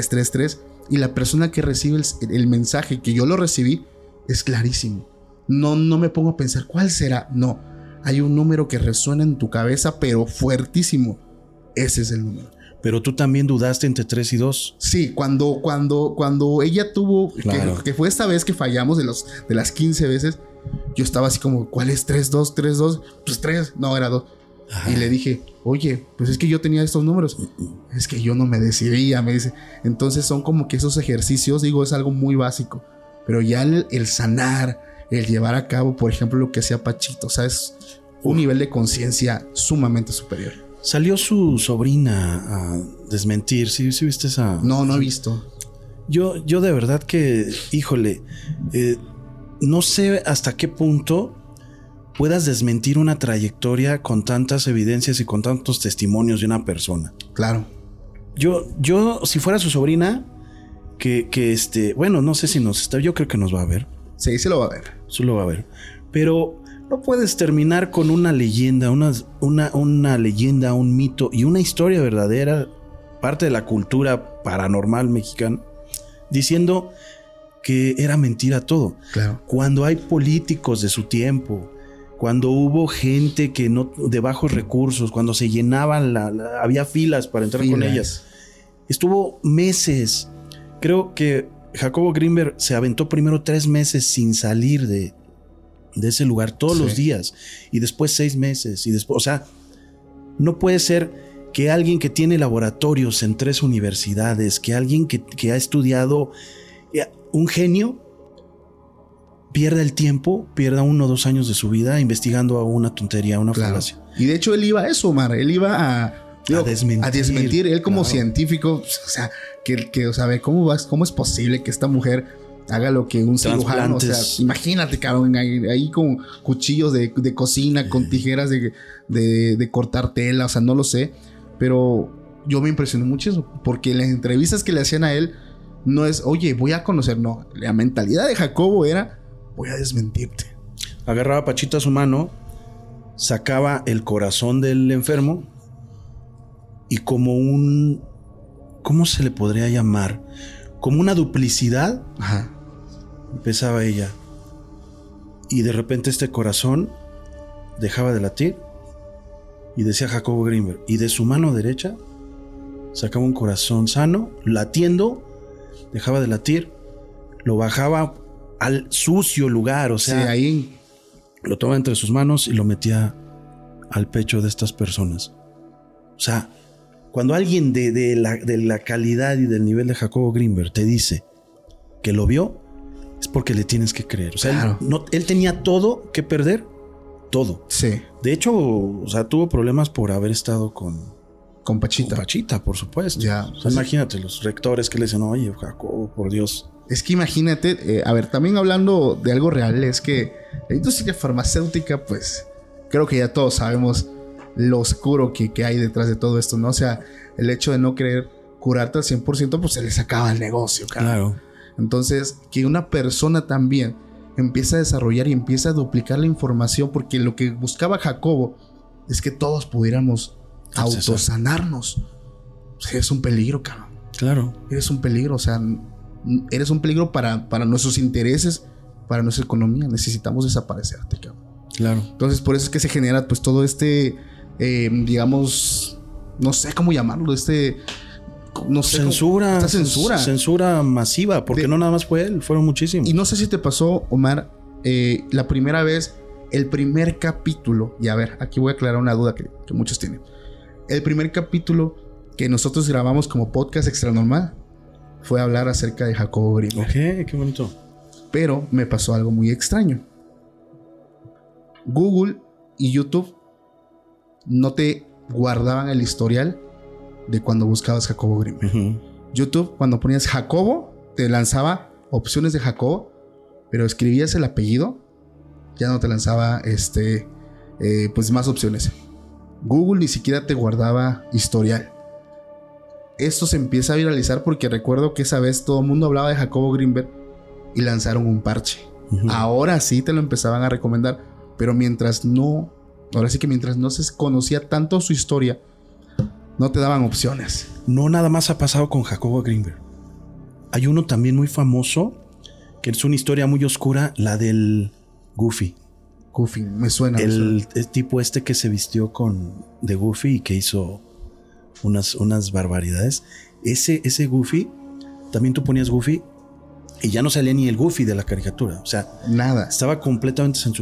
Y la persona que recibe el mensaje, que yo lo recibí, es clarísimo. No me pongo a pensar, ¿cuál será? No. Hay un número que resuena en tu cabeza, pero fuertísimo. Ese es el número. Pero tú también dudaste entre 3 y 2. Sí, cuando ella tuvo, claro, que fue esta vez que fallamos de las 15 veces, yo estaba así como, ¿cuál es 3, 2? Pues 3, no, era 2. Ajá. Y le dije, oye, pues es que yo tenía estos números. Es que yo no me decidía, me dice. Entonces son como que esos ejercicios, digo, es algo muy básico. Pero ya el sanar, el llevar a cabo, por ejemplo, lo que hacía Pachito, o sea, es un nivel de conciencia sumamente superior. Salió su sobrina a desmentir. ¿Sí viste esa? No he visto. Yo de verdad que, híjole, no sé hasta qué punto puedas desmentir una trayectoria con tantas evidencias y con tantos testimonios de una persona. Claro. Yo si fuera su sobrina, bueno, no sé si nos está, yo creo que nos va a ver. Sí, se lo va a ver. Sí lo va a ver. Pero no puedes terminar con una leyenda, una leyenda, un mito y una historia verdadera, parte de la cultura paranormal mexicana, diciendo que era mentira todo. Claro. Cuando hay políticos de su tiempo, cuando hubo gente que no de bajos recursos, cuando se llenaban había filas para entrar con ellas. Estuvo meses. Creo que Jacobo Greenberg se aventó primero 3 meses sin salir de ese lugar todos los días, y después 6 meses, y después, o sea, no puede ser que alguien que tiene laboratorios en 3 universidades, que alguien que ha estudiado, un genio, pierda el tiempo, pierda 1 o 2 años de su vida investigando a una tontería, una falacia. Y de hecho él iba a eso, Omar, él iba a desmentir. Él como científico, o sea, que o sea, ve cómo es posible que esta mujer haga lo que un cirujano, o sea, imagínate, cabrón, ahí con cuchillos de cocina, con tijeras de cortar tela, o sea, no lo sé, pero yo me impresioné mucho porque en las entrevistas que le hacían a él, no es, oye, voy a conocer, no, la mentalidad de Jacobo era, voy a desmentirte. Agarraba a Pachito a su mano, sacaba el corazón del enfermo y como ¿cómo se le podría llamar? Como una duplicidad. Ajá. Empezaba ella. Y de repente este corazón dejaba de latir y decía Jacobo Greenberg. Y de su mano derecha sacaba un corazón sano, latiendo, dejaba de latir, lo bajaba al sucio lugar, o sea, sí, ahí lo tomaba entre sus manos y lo metía al pecho de estas personas. O sea, cuando alguien de la calidad y del nivel de Jacobo Greenberg te dice que lo vio, es porque le tienes que creer. O sea, claro. Él tenía todo que perder, todo. Sí. De hecho, o sea, tuvo problemas por haber estado con Pachita. Con Pachita, por supuesto. Ya. O sea, imagínate, los rectores que le dicen, oye, Jacobo, por Dios. Es que imagínate, a ver, también hablando de algo real, es que la industria farmacéutica, pues, creo que ya todos sabemos lo oscuro que hay detrás de todo esto, ¿no? O sea, el hecho de no querer curarte al 100%, pues se les acaba el negocio, claro. Entonces, que una persona también empieza a desarrollar y empieza a duplicar la información, porque lo que buscaba Jacobo es que todos pudiéramos autosanarnos. O sea, es un peligro, cabrón. Claro. Eres un peligro, o sea, eres un peligro para nuestros intereses, para nuestra economía. Necesitamos desaparecerte, cabrón. Claro. Entonces, por eso es que se genera, pues, todo este, digamos, no sé cómo llamarlo, no sé censura. Esta censura. Censura masiva, porque no nada más fue él, fueron muchísimos. Y no sé si te pasó, Omar, la primera vez, el primer capítulo, y a ver, aquí voy a aclarar una duda que muchos tienen. El primer capítulo que nosotros grabamos como podcast Extra Normal fue hablar acerca de Jacobo Greenberg. Ok, qué bonito. Pero me pasó algo muy extraño. Google y YouTube no te guardaban el historial de cuando buscabas Jacobo Greenberg. Uh-huh. YouTube, cuando ponías Jacobo, te lanzaba opciones de Jacobo, pero escribías el apellido, ya no te lanzaba pues más opciones. Google ni siquiera te guardaba historial. Esto se empieza a viralizar porque recuerdo que esa vez todo el mundo hablaba de Jacobo Greenberg y lanzaron un parche. Uh-huh. Ahora sí te lo empezaban a recomendar, pero mientras no se conocía tanto su historia, no te daban opciones. No nada más ha pasado con Jacobo Greenberg. Hay uno también muy famoso, que es una historia muy oscura, la del Goofy. Goofy, me suena. El tipo que se vistió de Goofy y que hizo unas barbaridades. Ese Goofy, también tú ponías Goofy y ya no salía ni el Goofy de la caricatura. O sea, nada. Estaba completamente censurado.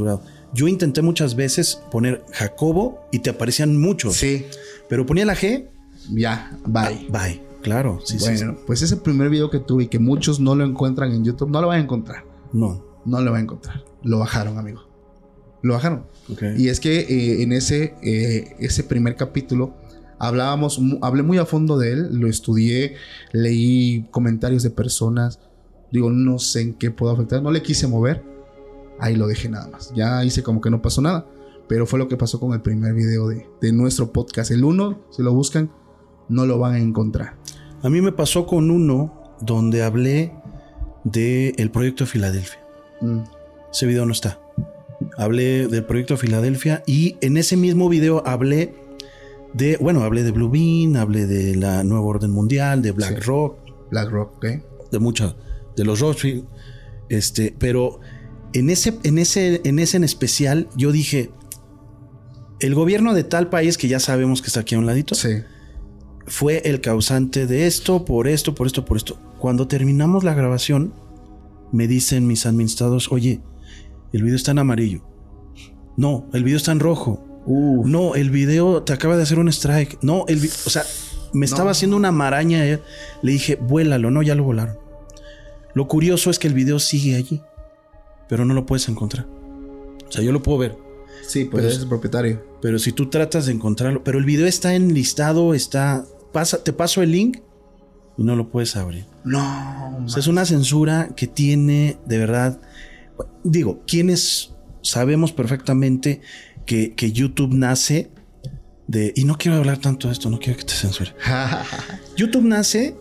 Yo intenté muchas veces poner Jacobo y te aparecían muchos. Sí. Pero ponía la G. Ya, bye. Bye. Claro, sí, bueno, pues ese primer video que tuve y que muchos no lo encuentran en YouTube, no lo van a encontrar. No lo van a encontrar. Lo bajaron, amigo. Lo bajaron. Okay. Y es que en ese primer capítulo hablé muy a fondo de él, lo estudié, leí comentarios de personas. Digo, no sé en qué puedo afectar. No le quise mover. Ahí lo dejé nada más. Ya hice como que no pasó nada. Pero fue lo que pasó con el primer video de nuestro podcast. El 1, si lo buscan, no lo van a encontrar. A mí me pasó con uno donde hablé del proyecto Filadelfia. Ese video no está. Hablé del proyecto Filadelfia y en ese mismo video hablé de Blue Bean, hablé de la Nueva Orden Mundial, de BlackRock. BlackRock, ¿ok? De los Rothschild. Pero en ese en especial yo dije, el gobierno de tal país que ya sabemos que está aquí a un ladito. Sí. Fue el causante de esto, por esto. Cuando terminamos la grabación, me dicen mis administradores, oye, el video está en amarillo. No, el video está en rojo. No, el video te acaba de hacer un strike. No, me estaba haciendo una maraña. Le dije, vuélalo. No, ya lo volaron. Lo curioso es que el video sigue allí, pero no lo puedes encontrar. O sea, yo lo puedo ver. Sí, pues es el propietario. Pero si tú tratas de encontrarlo, pero el video está enlistado, te paso el link y no lo puedes abrir. No. O sea, es una censura que tiene, de verdad. Digo, quienes sabemos perfectamente que YouTube nace de... Y no quiero hablar tanto de esto, no quiero que te censure. YouTube nace...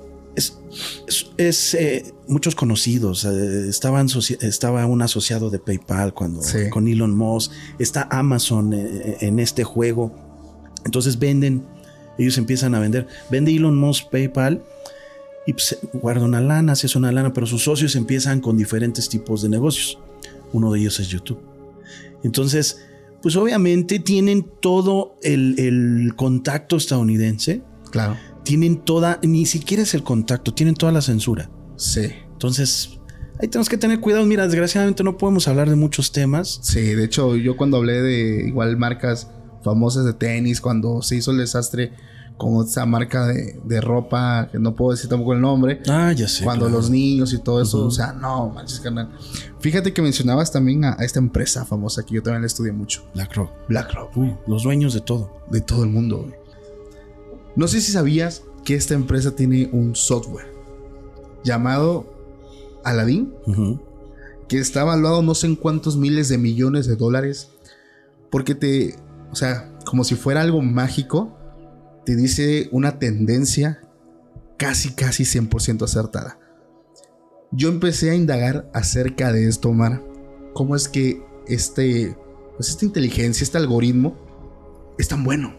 muchos conocidos. Estaba un asociado de PayPal con Elon Musk. Está Amazon en este juego. Entonces ellos empiezan a vender. Vende Elon Musk PayPal y pues, guarda una lana, hace una lana, pero sus socios empiezan con diferentes tipos de negocios. Uno de ellos es YouTube. Entonces, pues obviamente tienen todo el contacto estadounidense. Claro. Tienen ni siquiera es el contacto, tienen toda la censura. Sí. Entonces, ahí tenemos que tener cuidado. Mira, desgraciadamente no podemos hablar de muchos temas. Sí, de hecho, yo cuando hablé de igual marcas famosas de tenis, cuando se hizo el desastre con esa marca de ropa, que no puedo decir tampoco el nombre. Ah, ya sé. Cuando los niños y todo eso, o sea, no, manches, carnal. Fíjate que mencionabas también a esta empresa famosa que yo también la estudié mucho. BlackRock. Los dueños de todo. De todo el mundo, güey. No sé si sabías que esta empresa tiene un software llamado Aladdin, que está evaluado no sé en cuántos miles de millones de dólares, porque o sea, como si fuera algo mágico, te dice una tendencia casi 100% acertada. Yo empecé a indagar acerca de esto, Omar. ¿Cómo es que esta inteligencia, este algoritmo es tan bueno?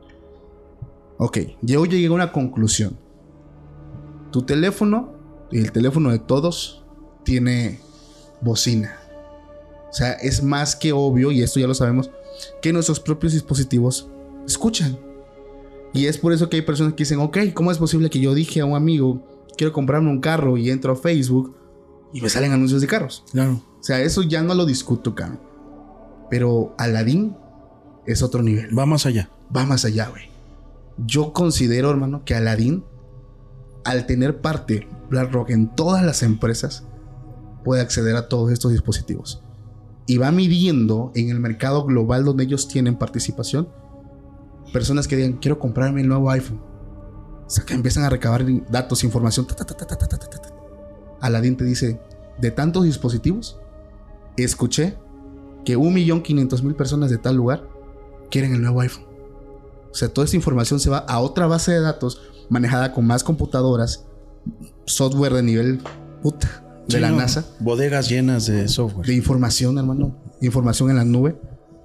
Ok, yo llegué a una conclusión. Tu teléfono y el teléfono de todos tiene bocina. O sea, es más que obvio, y esto ya lo sabemos, que nuestros propios dispositivos escuchan. Y es por eso que hay personas que dicen, ok, ¿cómo es posible que yo dije a un amigo, quiero comprarme un carro, y entro a Facebook y me salen anuncios de carros? Claro. O sea, eso ya no lo discuto, Cam. Pero Aladdin es otro nivel. Va más allá. Va más allá, güey. Yo considero, hermano, que Aladdin, al tener parte BlackRock en todas las empresas, puede acceder a todos estos dispositivos. Y va midiendo en el mercado global donde ellos tienen participación, personas que digan, quiero comprarme el nuevo iPhone. O sea, que empiezan a recabar datos, información. Aladdin te dice, de tantos dispositivos, escuché que 1.500.000 personas de tal lugar quieren el nuevo iPhone. O sea, toda esta información se va a otra base de datos manejada con más computadoras, software de nivel de la NASA. Bodegas llenas de software. De información, hermano. Información en la nube.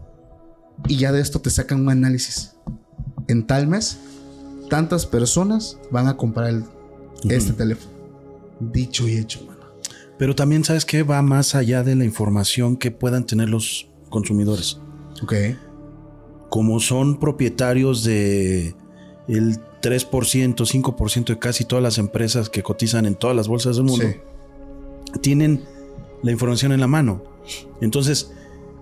Y ya de esto te sacan un análisis. En tal mes, tantas personas van a comprar este teléfono. Dicho y hecho, hermano. Pero también, ¿sabes qué? Va más allá de la información que puedan tener los consumidores. Ok. Como son propietarios de el 3%, 5% de casi todas las empresas que cotizan en todas las bolsas del mundo, tienen la información en la mano. Entonces,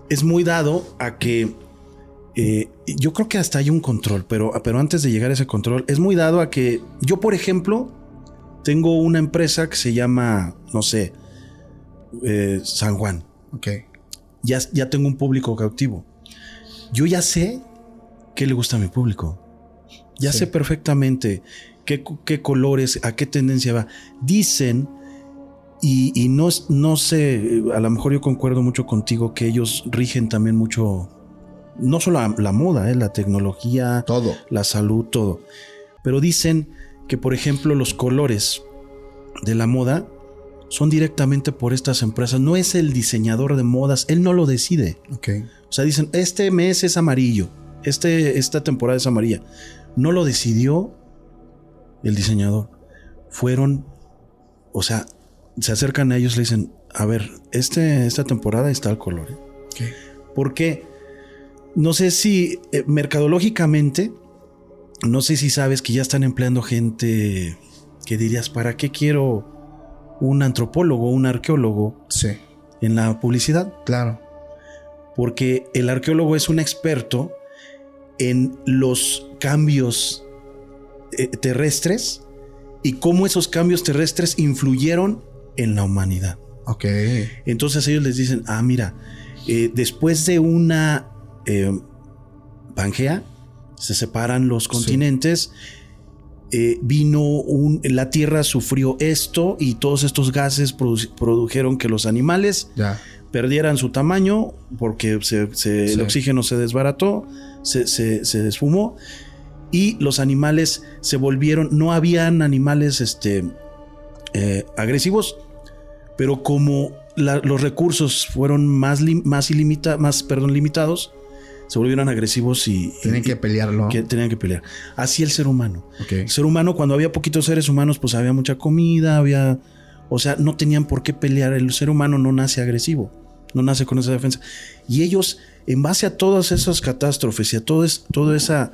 es muy dado a que yo creo que hasta hay un control, pero antes de llegar a ese control, es muy dado a que yo, por ejemplo, tengo una empresa que se llama, no sé, San Juan. Ok. Ya tengo un público cautivo. Yo ya sé qué le gusta a mi público. Ya sé perfectamente qué colores, a qué tendencia va. Dicen, y no sé, a lo mejor yo concuerdo mucho contigo, que ellos rigen también mucho, no solo la moda, la tecnología, todo, la salud, todo. Pero dicen que, por ejemplo, los colores de la moda son directamente por estas empresas. No es el diseñador de modas, él no lo decide. Okay. O sea, dicen, este mes es amarillo, esta temporada es amarilla. No lo decidió el diseñador. Fueron, o sea, se acercan a ellos y le dicen, a ver, esta temporada está el color. Okay. Porque no sé si mercadológicamente, no sé si sabes que ya están empleando gente que dirías, ¿para qué quiero un antropólogo, un arqueólogo en la publicidad? Claro. Porque el arqueólogo es un experto en los cambios terrestres y cómo esos cambios terrestres influyeron en la humanidad. Ok. Entonces ellos les dicen, mira, después de una Pangea, se separan los continentes, la Tierra sufrió esto y todos estos gases produjeron que los animales perdieran su tamaño porque el oxígeno se desbarató, se desfumó y los animales se volvieron, no habían animales agresivos, pero como los recursos fueron más limitados, se volvieron agresivos y tenían que pelearlo. Tenían que pelear. Así el ser humano. Okay. El ser humano, cuando había poquitos seres humanos, pues había mucha comida, o sea, no tenían por qué pelear. El ser humano no nace agresivo, no nace con esa defensa. Y ellos, en base a todas esas catástrofes y a toda esa,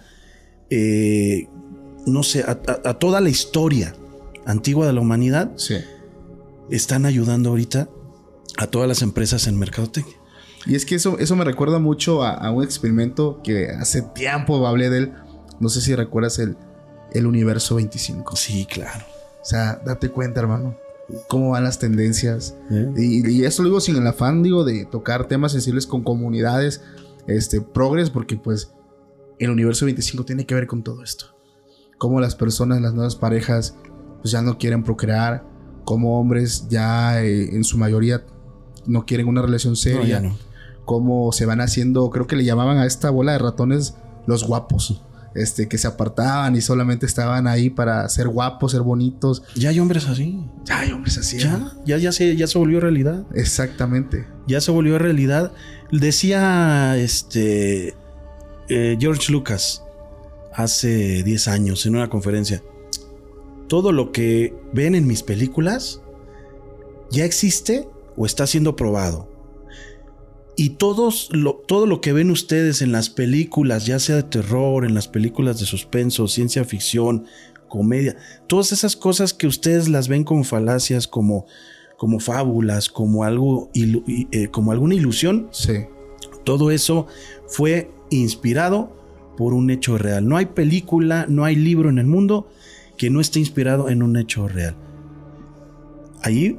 no sé, a toda la historia antigua de la humanidad, están ayudando ahorita a todas las empresas en mercadotecnia. Y es que eso me recuerda mucho a un experimento que hace tiempo hablé de él. No sé si recuerdas el Universo 25. Sí, claro. O sea, date cuenta, hermano, cómo van las tendencias. Y eso lo digo sin el afán, de tocar temas sensibles con comunidades progres, porque pues el Universo 25 tiene que ver con todo esto. Cómo las personas, las nuevas parejas, pues ya no quieren procrear. Cómo hombres ya en su mayoría no quieren una relación seria. No, ya no. Cómo se van haciendo, creo que le llamaban a esta bola de ratones los guapos, que se apartaban y solamente estaban ahí para ser guapos, ser bonitos. Ya hay hombres así. Ya se volvió realidad. Exactamente. Ya se volvió realidad. Decía George Lucas hace 10 años en una conferencia: todo lo que ven en mis películas ya existe o está siendo probado. Y todo lo que ven ustedes en las películas, ya sea de terror, en las películas de suspenso, ciencia ficción, comedia, todas esas cosas que ustedes las ven como falacias, como fábulas, como alguna ilusión, todo eso fue inspirado por un hecho real. No hay película, no hay libro en el mundo que no esté inspirado en un hecho real. Ahí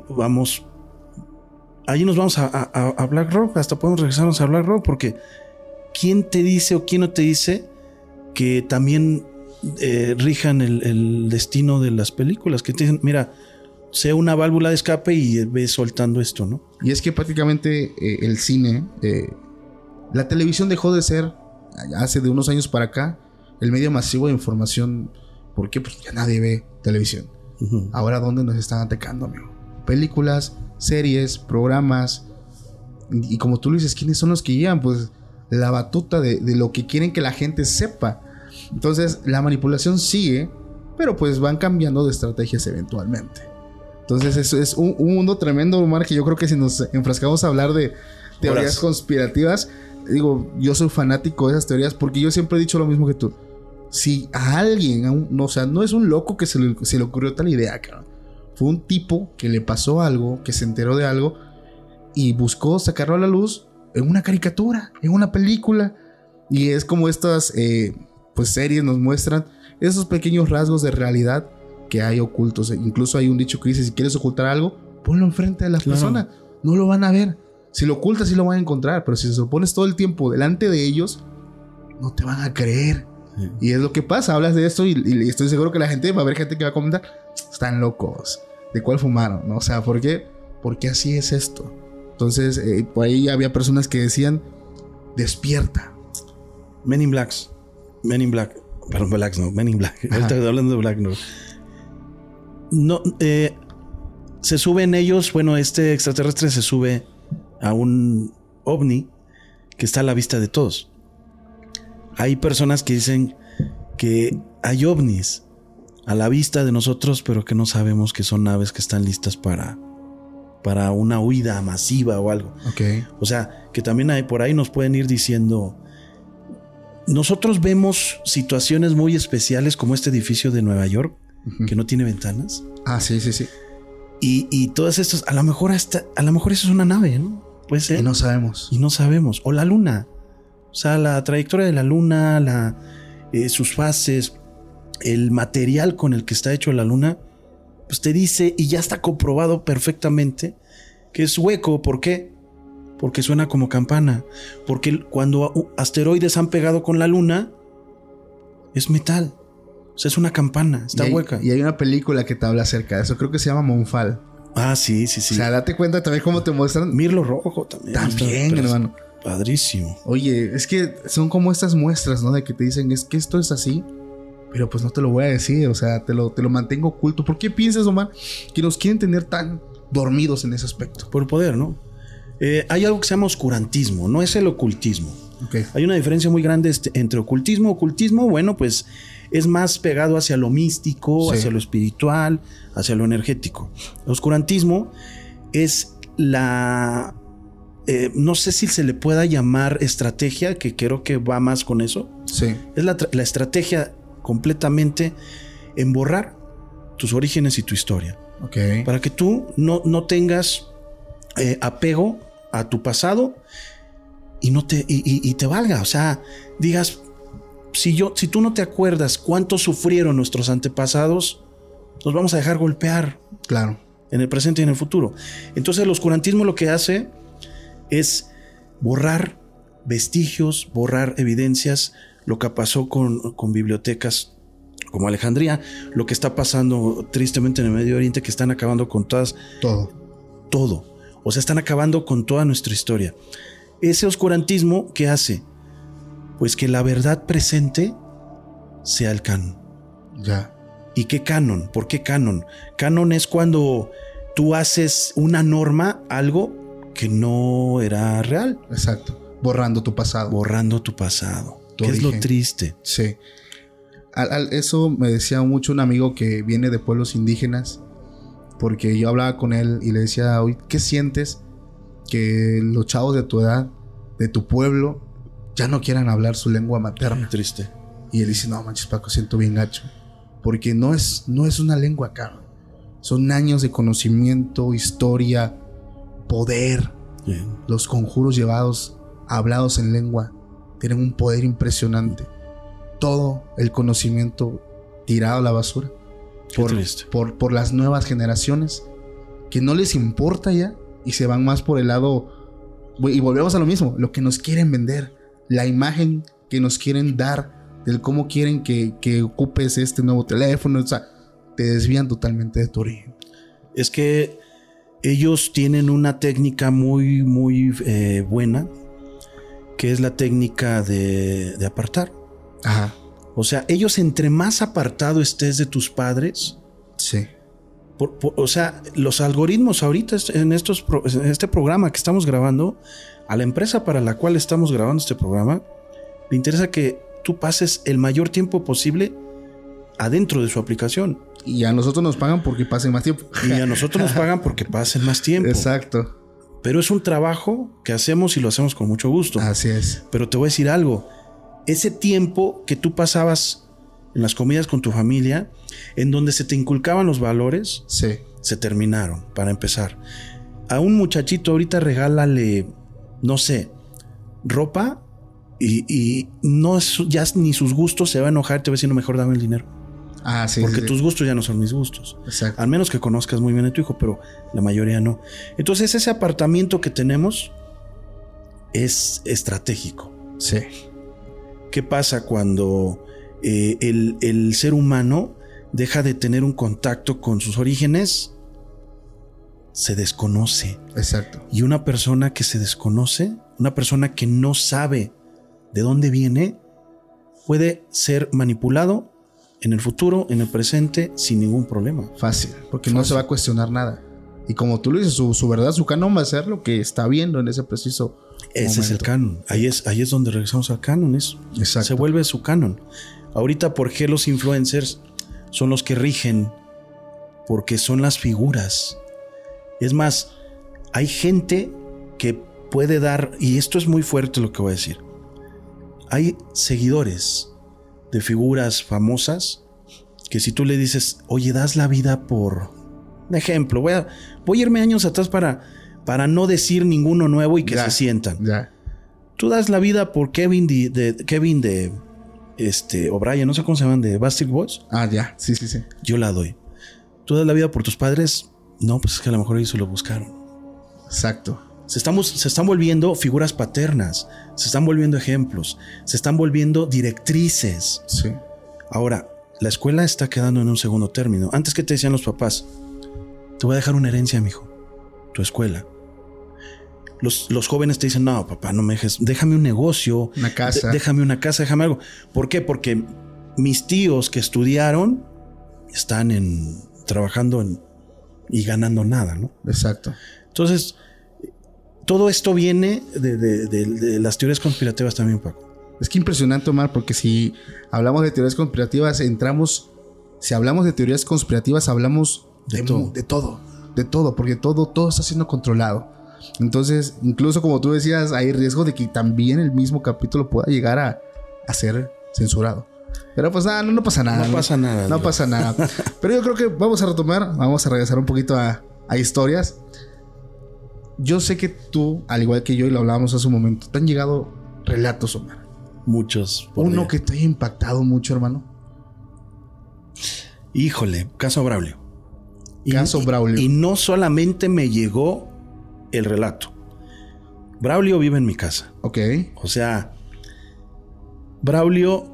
nos vamos a Black Rock. Hasta podemos regresarnos a Black Rock, porque ¿quién te dice o quién no te dice que también rijan el destino de las películas? Que te dicen, mira, sea una válvula de escape y ves soltando esto, ¿no? Y es que prácticamente el cine, la televisión dejó de ser, hace de unos años para acá, el medio masivo de información. ¿Por qué? Pues ya nadie ve televisión. Ahora, ¿dónde nos están atacando, amigo? Películas, series, programas. Y como tú lo dices, ¿quiénes son los que llevan? Pues la batuta de lo que quieren que la gente sepa. Entonces, la manipulación sigue, pero pues van cambiando de estrategias eventualmente. Entonces, eso es un mundo tremendo, Omar, que yo creo que si nos enfrascamos a hablar de teorías conspirativas, yo soy fanático de esas teorías, porque yo siempre he dicho lo mismo que tú. Si a alguien, no es un loco que se le ocurrió tal idea, cabrón. Fue un tipo que le pasó algo, que se enteró de algo y buscó sacarlo a la luz en una caricatura, en una película. Y es como estas pues series nos muestran esos pequeños rasgos de realidad que hay ocultos. Incluso hay un dicho que dice, si quieres ocultar algo, ponlo enfrente de la persona. No lo van a ver. Si lo ocultas, sí lo van a encontrar. Pero si se lo pones todo el tiempo delante de ellos, no te van a creer. Sí. Y es lo que pasa. Hablas de esto y estoy seguro que la gente, va a haber gente que va a comentar, están locos. ¿De cuál fumaron? ¿No? O sea, ¿por qué? Porque así es esto. Entonces, por ahí había personas que decían, despierta. Men in Black. Men in Black. Perdón, Blacks no. Men in Black. Ahorita hablando de Black, no. No, se suben ellos, bueno, este extraterrestre se sube a un ovni que está a la vista de todos. Hay personas que dicen que hay ovnis a la vista de nosotros, pero que no sabemos que son naves que están listas para una huida masiva o algo. Okay. O sea, que también hay, por ahí nos pueden ir diciendo... Nosotros vemos situaciones muy especiales como este edificio de Nueva York, que no tiene ventanas. Ah, sí. Y todas estas, a lo mejor eso es una nave, ¿no? Puede ser. Y no sabemos. O la luna. O sea, la trayectoria de la luna, sus fases, el material con el que está hecho la luna, pues te dice, y ya está comprobado perfectamente, que es hueco. ¿Por qué? Porque suena como campana. Porque cuando asteroides han pegado con la luna, es metal. O sea, es una campana, está hueca. Y hay una película que te habla acerca de eso. Creo que se llama Moonfall. Ah, sí. O sea, date cuenta también cómo te muestran. Mirlo Rojo también. También, hermano. Padrísimo. Oye, es que son como estas muestras, ¿no? De que te dicen, es que esto es así, pero pues no te lo voy a decir. O sea, te lo mantengo oculto. ¿Por qué piensas, Omar, que nos quieren tener tan dormidos en ese aspecto? Por poder, ¿no? Hay algo que se llama oscurantismo, no es el ocultismo. Okay. Hay una diferencia muy grande entre ocultismo. Ocultismo, bueno, pues es más pegado hacia lo místico, sí, hacia lo espiritual, hacia lo energético. Oscurantismo es la... no sé si se le pueda llamar estrategia, que creo que va más con eso. Sí. Es la estrategia completamente en borrar tus orígenes y tu historia. Okay. Para que tú no tengas apego a tu pasado y te valga. O sea, digas, si tú no te acuerdas cuánto sufrieron nuestros antepasados, nos vamos a dejar golpear. Claro. En el presente y en el futuro. Entonces el oscurantismo lo que hace es borrar vestigios, borrar evidencias, lo que pasó con bibliotecas como Alejandría, lo que está pasando tristemente en el Medio Oriente, que están acabando con todo. O sea, están acabando con toda nuestra historia. Ese oscurantismo, ¿qué hace? Pues que la verdad presente sea el canon. Ya. ¿Y qué canon? ¿Por qué canon? Canon es cuando tú haces una norma, algo que no era real. Exacto. Borrando tu pasado. ¿Qué es lo triste? Sí. Eso me decía mucho un amigo que viene de pueblos indígenas, porque yo hablaba con él y le decía, oye, ¿qué sientes que los chavos de tu edad, de tu pueblo, ya no quieran hablar su lengua materna? Triste. Y él dice, no manches, Paco, siento bien gacho, porque no es una lengua acá. Son años de conocimiento, historia, poder. Bien. Los conjuros hablados en lengua, tienen un poder impresionante. Todo el conocimiento tirado a la basura por las nuevas generaciones que no les importa ya y se van más por el lado, y volvemos a lo mismo, lo que nos quieren vender, la imagen que nos quieren dar del cómo quieren que ocupes este nuevo teléfono. O sea, te desvían totalmente de tu origen. Es que ellos tienen una técnica muy, muy buena, que es la técnica de apartar. Ajá. O sea, ellos, entre más apartado estés de tus padres, sí. O sea, los algoritmos ahorita en este programa que estamos grabando, a la empresa para la cual estamos grabando este programa, le interesa que tú pases el mayor tiempo posible adentro de su aplicación. Y a nosotros nos pagan porque pasen más tiempo. Exacto. Pero es un trabajo que hacemos y lo hacemos con mucho gusto. Así es. Pero te voy a decir algo. Ese tiempo que tú pasabas en las comidas con tu familia, en donde se te inculcaban los valores, sí, se terminaron, para empezar. A un muchachito ahorita regálale, no sé, ropa y no es, ya ni sus gustos, se va a enojar, te va a decir, no, mejor dame el dinero. Ah, sí. Porque sí, tus gustos ya no son mis gustos. Exacto. Al menos que conozcas muy bien a tu hijo, pero la mayoría no. Entonces ese apartamento que tenemos es estratégico. Sí. ¿Qué pasa cuando el ser humano deja de tener un contacto con sus orígenes? Se desconoce. Exacto. Y una persona que se desconoce, una persona que no sabe de dónde viene, puede ser manipulado en el futuro, en el presente, sin ningún problema. Fácil, porque no se va a cuestionar nada. Y como tú lo dices, su verdad, su canon va a ser lo que está viendo en ese preciso Ese momento. es el canon. Ahí es donde regresamos al canon. Exacto. Se vuelve su canon. Ahorita, ¿por qué los influencers son los que rigen? Porque son las figuras. Es más, hay gente que puede dar, y esto es muy fuerte lo que voy a decir. Hay seguidores de figuras famosas que si tú le dices, oye, das la vida por... Un ejemplo, voy a irme años atrás para no decir ninguno nuevo y que se sientan. Ya. Tú das la vida por Kevin de O'Brien, no sé cómo se llaman, de Backstreet Boys. Ah, ya. Sí. Yo la doy. Tú das la vida por tus padres. No, pues es que a lo mejor ellos se lo buscaron. Exacto. Se están volviendo figuras paternas, se están volviendo ejemplos, se están volviendo directrices. Sí. Ahora, la escuela está quedando en un segundo término. Antes, ¿qué te decían los papás? Te voy a dejar una herencia, mijo. Tu escuela. Los jóvenes te dicen, no, papá, no me dejes, déjame un negocio. Una casa. Déjame una casa, déjame algo. ¿Por qué? Porque mis tíos que estudiaron están trabajando y ganando nada, ¿no? Exacto. Entonces, todo esto viene de las teorías conspirativas también, Paco. Es que impresionante, Omar, porque si hablamos de teorías conspirativas, si hablamos de teorías conspirativas, hablamos de todo, porque todo está siendo controlado. Entonces, incluso como tú decías, hay riesgo de que también el mismo capítulo pueda llegar a ser censurado. Pero pues nada, no pasa nada. No pasa nada. No pasa nada. Pero yo creo que vamos a regresar un poquito a historias. Yo sé que tú, al igual que yo, y lo hablábamos hace un momento, te han llegado relatos, Omar. Muchos. Uno que te haya impactado mucho, hermano. Híjole, caso Braulio. Braulio. Y no solamente me llegó el relato. Braulio vive en mi casa. Ok. O sea, Braulio...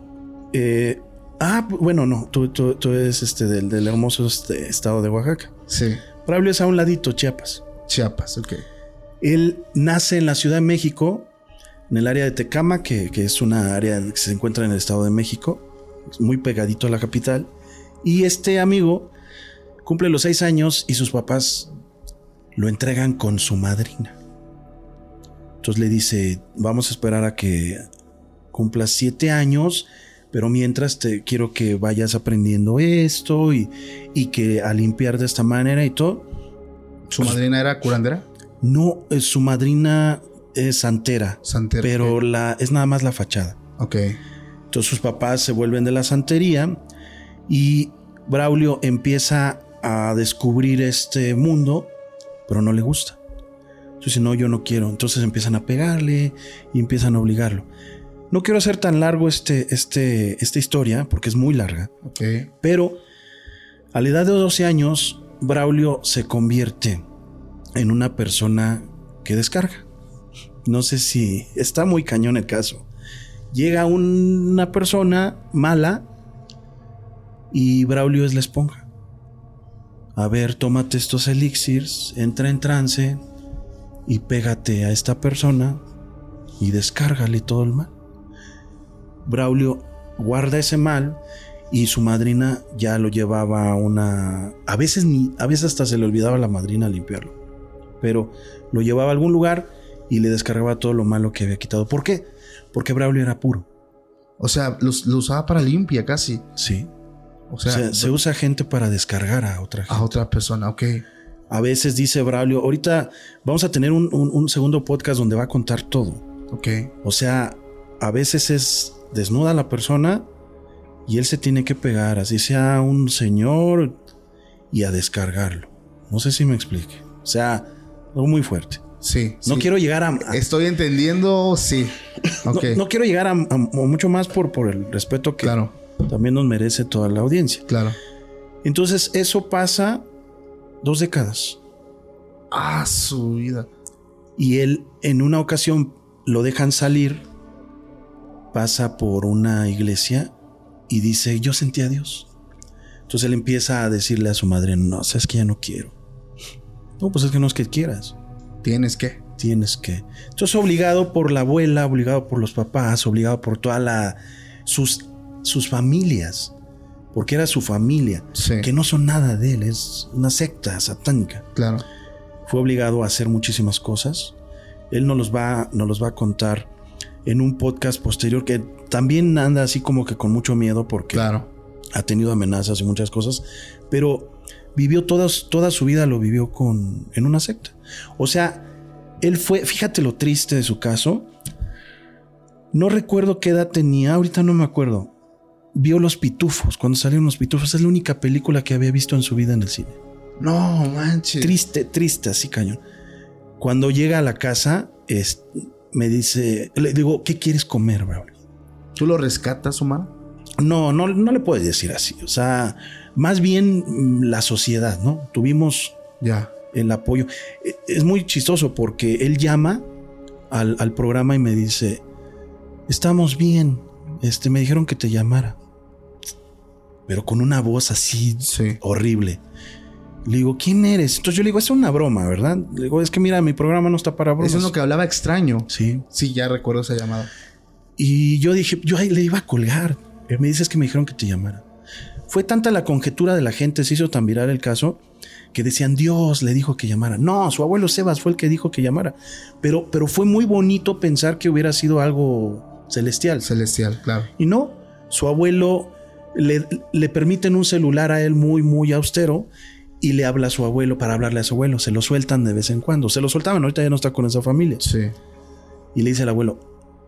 bueno, no. Tú eres del hermoso estado de Oaxaca. Sí. Braulio es a un ladito, Chiapas, ok. Él nace en la Ciudad de México, en el área de Tecama, que es una área que se encuentra en el Estado de México, muy pegadito a la capital. Y este amigo cumple los 6 años y sus papás lo entregan con su madrina. Entonces le dice, vamos a esperar a que cumplas 7 años, pero mientras quiero que vayas aprendiendo esto y que a limpiar de esta manera y todo. ¿Su madrina era curandera? No, su madrina es santera. Pero okay. Es nada más la fachada. Ok. Entonces sus papás se vuelven de la santería y Braulio empieza a descubrir este mundo, pero no le gusta. Entonces dice, no, yo no quiero. Entonces empiezan a pegarle y empiezan a obligarlo. No quiero hacer tan largo esta historia porque es muy larga. Ok. Pero a la edad de 12 años, Braulio se convierte en una persona que descarga. No sé si está muy cañón el caso. Llega una persona mala y Braulio es la esponja. A ver, tómate estos elixirs, entra en trance y pégate a esta persona y descárgale todo el mal. Braulio guarda ese mal y su madrina ya lo llevaba a una... A veces hasta se le olvidaba a la madrina limpiarlo. Pero lo llevaba a algún lugar y le descargaba todo lo malo que había quitado. ¿Por qué? Porque Braulio era puro. O sea, lo usaba para limpia casi. Sí. O sea, se usa gente para descargar a otra gente. A otra persona, ok. A veces dice Braulio, ahorita vamos a tener un segundo podcast donde va a contar todo. Ok. O sea, a veces es desnuda la persona y él se tiene que pegar, así sea un señor, y a descargarlo. No sé si me explique. O sea, algo muy fuerte. Sí. No quiero llegar a... Estoy entendiendo, sí. Okay. No quiero llegar a mucho más por el respeto que claro. también nos merece toda la audiencia. Claro. Entonces eso pasa 2 décadas. Su vida. Y él en una ocasión lo dejan salir, pasa por una iglesia y dice, yo sentí a Dios. Entonces él empieza a decirle a su madre, no, sabes que ya no quiero. No, pues es que no es que quieras. Tienes que. Entonces obligado por la abuela, obligado por los papás, obligado por toda sus familias, porque era su familia, sí. que no son nada de él, es una secta satánica. Claro. Fue obligado a hacer muchísimas cosas. Él nos los va a contar en un podcast posterior, que también anda así como que con mucho miedo porque claro. ha tenido amenazas y muchas cosas, pero vivió toda su vida, lo vivió en una secta. O sea, él fue, fíjate lo triste de su caso, no recuerdo qué edad tenía, ahorita no me acuerdo. Vio Los Pitufos, cuando salieron Los Pitufos, es la única película que había visto en su vida en el cine. No manches. Triste, así cañón. Cuando llega a la casa, me dice, le digo, ¿qué quieres comer, Braulio? ¿Tú lo rescatas, Omar? No le puedes decir así. O sea, más bien la sociedad, ¿no? Tuvimos el apoyo. Es muy chistoso porque él llama al programa y me dice, estamos bien, me dijeron que te llamara. Pero con una voz así horrible. Le digo, ¿quién eres? Entonces yo le digo, es una broma, ¿verdad? Le digo, es que mira, mi programa no está para bromas. Es uno que hablaba extraño. Sí. Sí, ya recuerdo esa llamada. Y yo dije, yo ahí le iba a colgar. Me dices que me dijeron que te llamara. Fue tanta la conjetura de la gente, se hizo tan viral el caso, que decían, Dios le dijo que llamara. No, su abuelo Sebas fue el que dijo que llamara. Pero fue muy bonito pensar que hubiera sido algo celestial. Celestial, claro. Y no, su abuelo le permiten un celular a él muy, muy austero y le habla a su abuelo para hablarle a su abuelo. Se lo sueltan de vez en cuando. Se lo soltaban, ahorita ya no está con esa familia. Sí. Y le dice al abuelo,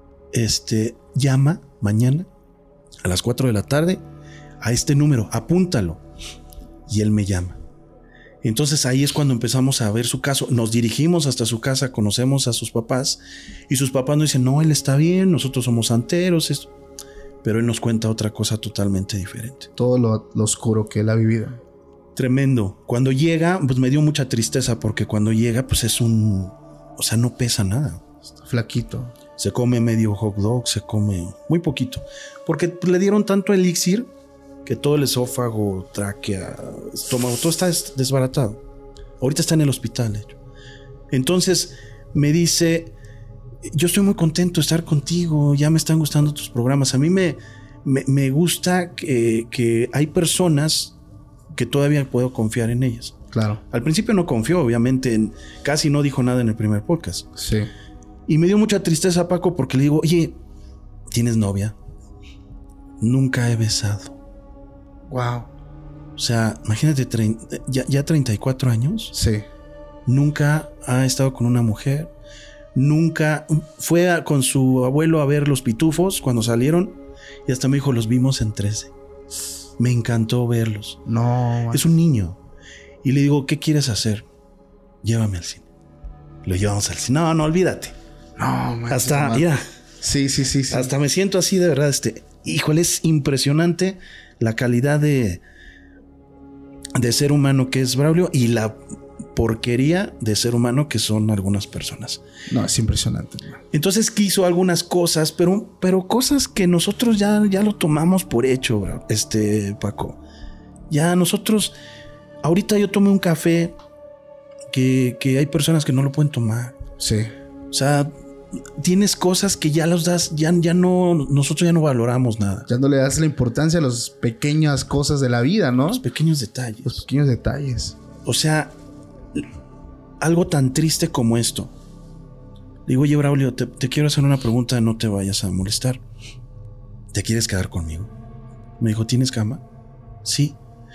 llama mañana a las 4 de la tarde a este número, apúntalo. Y él me llama. Entonces ahí es cuando empezamos a ver su caso. Nos dirigimos hasta su casa, conocemos a sus papás y sus papás nos dicen, no, él está bien, nosotros somos santeros, esto. Pero él nos cuenta otra cosa totalmente diferente. Todo lo oscuro que él ha vivido. Tremendo. Cuando llega, pues me dio mucha tristeza porque cuando llega, pues o sea, no pesa nada. Está flaquito. Se come medio hot dog, se come muy poquito. Porque pues, le dieron tanto elixir que todo el esófago, tráquea, estómago, todo está desbaratado. Ahorita está en el hospital, de hecho. Entonces me dice, yo estoy muy contento de estar contigo, ya me están gustando tus programas. A mí me gusta que hay personas que todavía puedo confiar en ellas. Claro. Al principio no confió, obviamente, casi no dijo nada en el primer podcast. Sí. Y me dio mucha tristeza, Paco, porque le digo, oye, ¿tienes novia? Nunca he besado. Wow. O sea, imagínate, ya 34 años. Sí. Nunca ha estado con una mujer. Nunca fue con su abuelo a ver Los Pitufos cuando salieron. Y hasta me dijo, los vimos en 13. Me encantó verlos. No. Es un niño. Y le digo, ¿qué quieres hacer? Llévame al cine. Lo llevamos al cine. No, olvídate. No, man, hasta, mira. Sí. Hasta me siento así de verdad. Híjole, es impresionante la calidad de ser humano que es Braulio y la porquería de ser humano que son algunas personas. No, es impresionante. Man. Entonces quiso algunas cosas, pero cosas que nosotros ya lo tomamos por hecho, Paco. Ya nosotros, ahorita yo tomé un café que hay personas que no lo pueden tomar. Sí. O sea, tienes cosas que ya los das, ya no, nosotros ya no valoramos nada. Ya no le das la importancia a las pequeñas cosas de la vida, ¿no? Los pequeños detalles. Los pequeños detalles. O sea, algo tan triste como esto. Digo, oye, Braulio, te quiero hacer una pregunta, no te vayas a molestar. ¿Te quieres quedar conmigo? Me dijo, ¿tienes cama? Sí.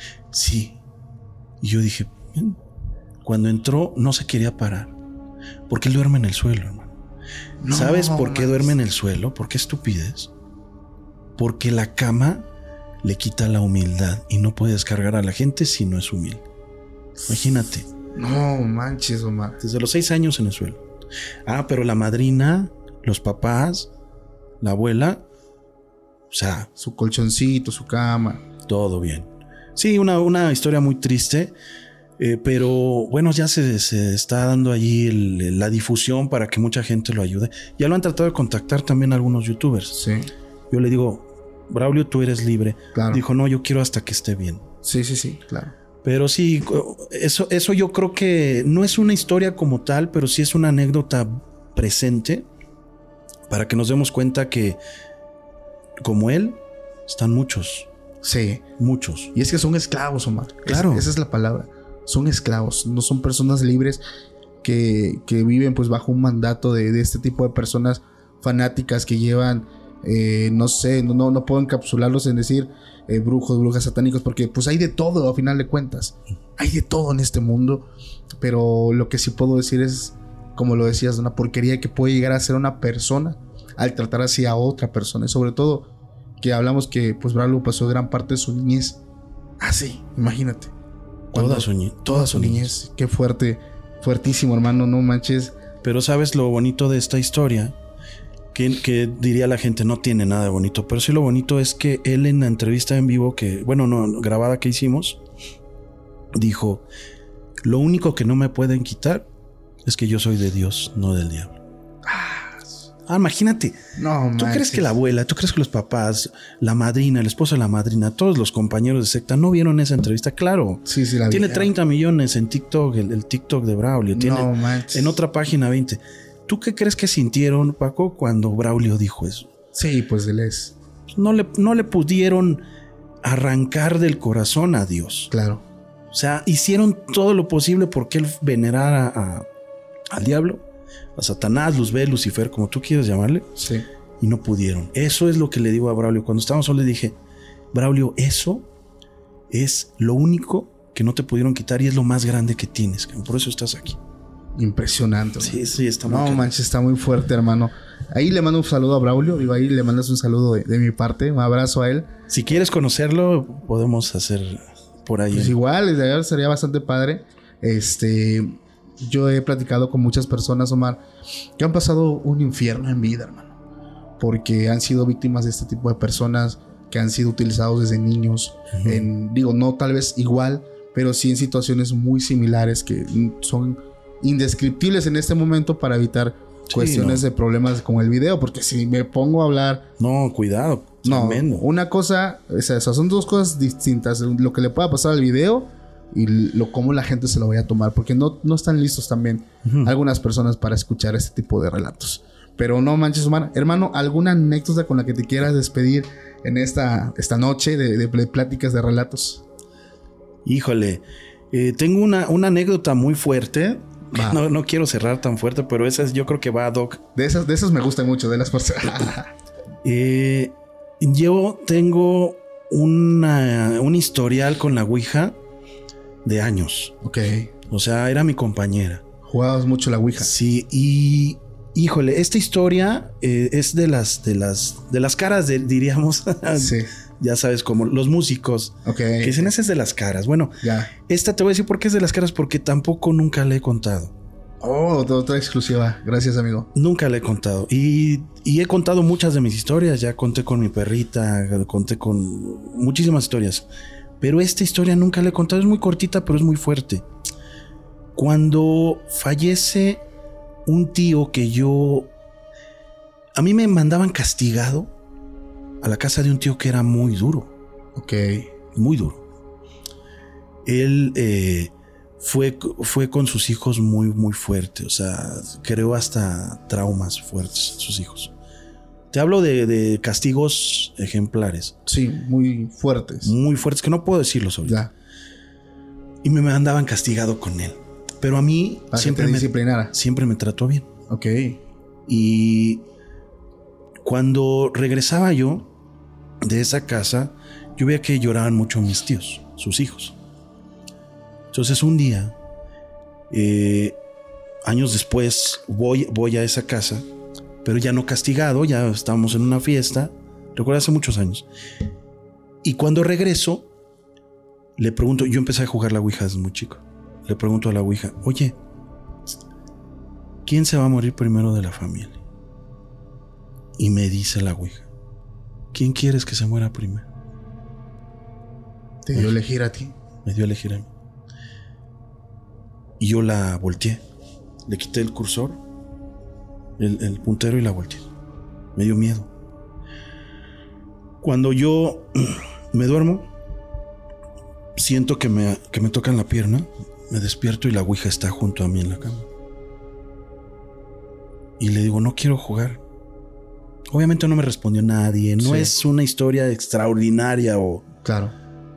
Y yo dije, bien. Cuando entró, no se quería parar. Porque él duerme en el suelo, hermano. No, ¿sabes por qué duerme en el suelo? ¿Por qué estupidez? Porque la cama le quita la humildad y no puede descargar a la gente si no es humilde. Imagínate. No manches, Omar. Desde los 6 años en el suelo. Pero la madrina, los papás, la abuela, o sea, su colchoncito, su cama. Todo bien. Sí, una historia muy triste. Pero bueno, ya se está dando allí la difusión para que mucha gente lo ayude. Ya lo han tratado de contactar también algunos youtubers. Sí. Yo le digo, Braulio, tú eres libre. Claro. Dijo, no, yo quiero hasta que esté bien. Sí, claro. Pero sí, eso yo creo que no es una historia como tal, pero sí es una anécdota presente para que nos demos cuenta que como él están muchos. Sí. Muchos. Y es que son esclavos, Omar. Claro. Esa es la palabra. Son esclavos, no son personas libres que viven pues bajo un mandato de este tipo de personas fanáticas que llevan, no sé, no puedo encapsularlos en decir brujos, brujas satánicos, porque pues hay de todo a final de cuentas. Hay de todo en este mundo, pero lo que sí puedo decir es, como lo decías, una porquería que puede llegar a ser una persona al tratar así a otra persona. Y sobre todo que hablamos que pues Braulio pasó gran parte de su niñez así, imagínate. Toda su niñez. Qué fuerte, fuertísimo, hermano, no manches. Pero sabes lo bonito de esta historia, que diría la gente no tiene nada de bonito, pero sí lo bonito es que él en la entrevista en vivo grabada que hicimos, dijo, lo único que no me pueden quitar es que yo soy de Dios, no del diablo. Imagínate. No, ¿Tú crees que la abuela, tú crees que los papás, la madrina, el esposo de la madrina, todos los compañeros de secta no vieron esa entrevista? Claro. Sí, la tiene vi. 30 millones en TikTok, el TikTok de Braulio. Tiene en otra página 20. ¿Tú qué crees que sintieron, Paco, cuando Braulio dijo eso? Sí, pues él es. No le pudieron arrancar del corazón a Dios. Claro. O sea, hicieron todo lo posible porque él venerara al diablo, a Satanás, Luzbel, Lucifer, como tú quieras llamarle. Sí. Y no pudieron. Eso es lo que le digo a Braulio. Cuando estábamos solos le dije, Braulio, eso es lo único que no te pudieron quitar y es lo más grande que tienes. Por eso estás aquí. Impresionante. Sí, está muy No, manches, está muy fuerte, hermano. Ahí le mando un saludo a Braulio. Digo, ahí le mandas un saludo de mi parte. Un abrazo a él. Si quieres conocerlo, podemos hacer por ahí. Pues igual, sería bastante padre. Yo he platicado con muchas personas, Omar, que han pasado un infierno en vida, hermano, porque han sido víctimas de este tipo de personas que han sido utilizados desde niños. No tal vez igual, pero sí en situaciones muy similares que son indescriptibles en este momento para evitar cuestiones de problemas con el video, porque si me pongo a hablar... No, cuidado. Tremendo. Una cosa, son dos cosas distintas, lo que le pueda pasar al video y cómo la gente se lo vaya a tomar, porque no están listos también algunas personas para escuchar este tipo de relatos. Pero no manches, Omar. Hermano, ¿alguna anécdota con la que te quieras despedir en esta noche de pláticas de relatos? Híjole, tengo una anécdota muy fuerte. No quiero cerrar tan fuerte, pero esa yo creo que va ad hoc. De esas me gustan mucho, de las personas. Yo tengo un historial con la Ouija de años. Ok. O sea, era mi compañera. Jugabas mucho la Ouija. Sí, y híjole, esta historia es de las caras diríamos. Sí. Ya sabes, como los músicos. Ok. Que dicen, esa es de las caras. Bueno, ya. Esta te voy a decir por qué es de las caras, porque tampoco nunca le he contado. Oh, otra exclusiva. Gracias, amigo. Nunca le he contado. Y he contado muchas de mis historias. Ya conté con mi perrita, conté con muchísimas historias. Pero esta historia nunca la he contado. Es muy cortita, pero es muy fuerte. Cuando fallece un tío a mí me mandaban castigado a la casa de un tío que era muy duro. Ok. Muy duro. Él fue con sus hijos muy, muy fuerte. O sea, creó hasta traumas fuertes sus hijos. Te hablo de castigos ejemplares. Sí, muy fuertes. Muy fuertes, que no puedo decirlos ahorita. Ya. Y me andaban castigado con él. Pero a mí siempre me trató bien. Ok. Y cuando regresaba yo de esa casa, yo veía que lloraban mucho mis tíos, sus hijos. Entonces un día, años después, voy a esa casa, pero ya no castigado, ya estábamos en una fiesta, recuerdo hace muchos años. Y cuando regreso, le pregunto, yo empecé a jugar la Ouija desde muy chico. Le pregunto a la Ouija, oye, ¿quién se va a morir primero de la familia? Y me dice la ouija, ¿quién quieres que se muera primero? Te dio a elegir a ti. Me dio a elegir a mí. Y yo la volteé. Le quité el cursor, el puntero, y la volteé. Me dio miedo. Cuando yo me duermo, siento que me tocan la pierna. Me despierto y la ouija está junto a mí en la cama. Y le digo, no quiero jugar. Obviamente no me respondió nadie. No es una historia extraordinaria o... Claro.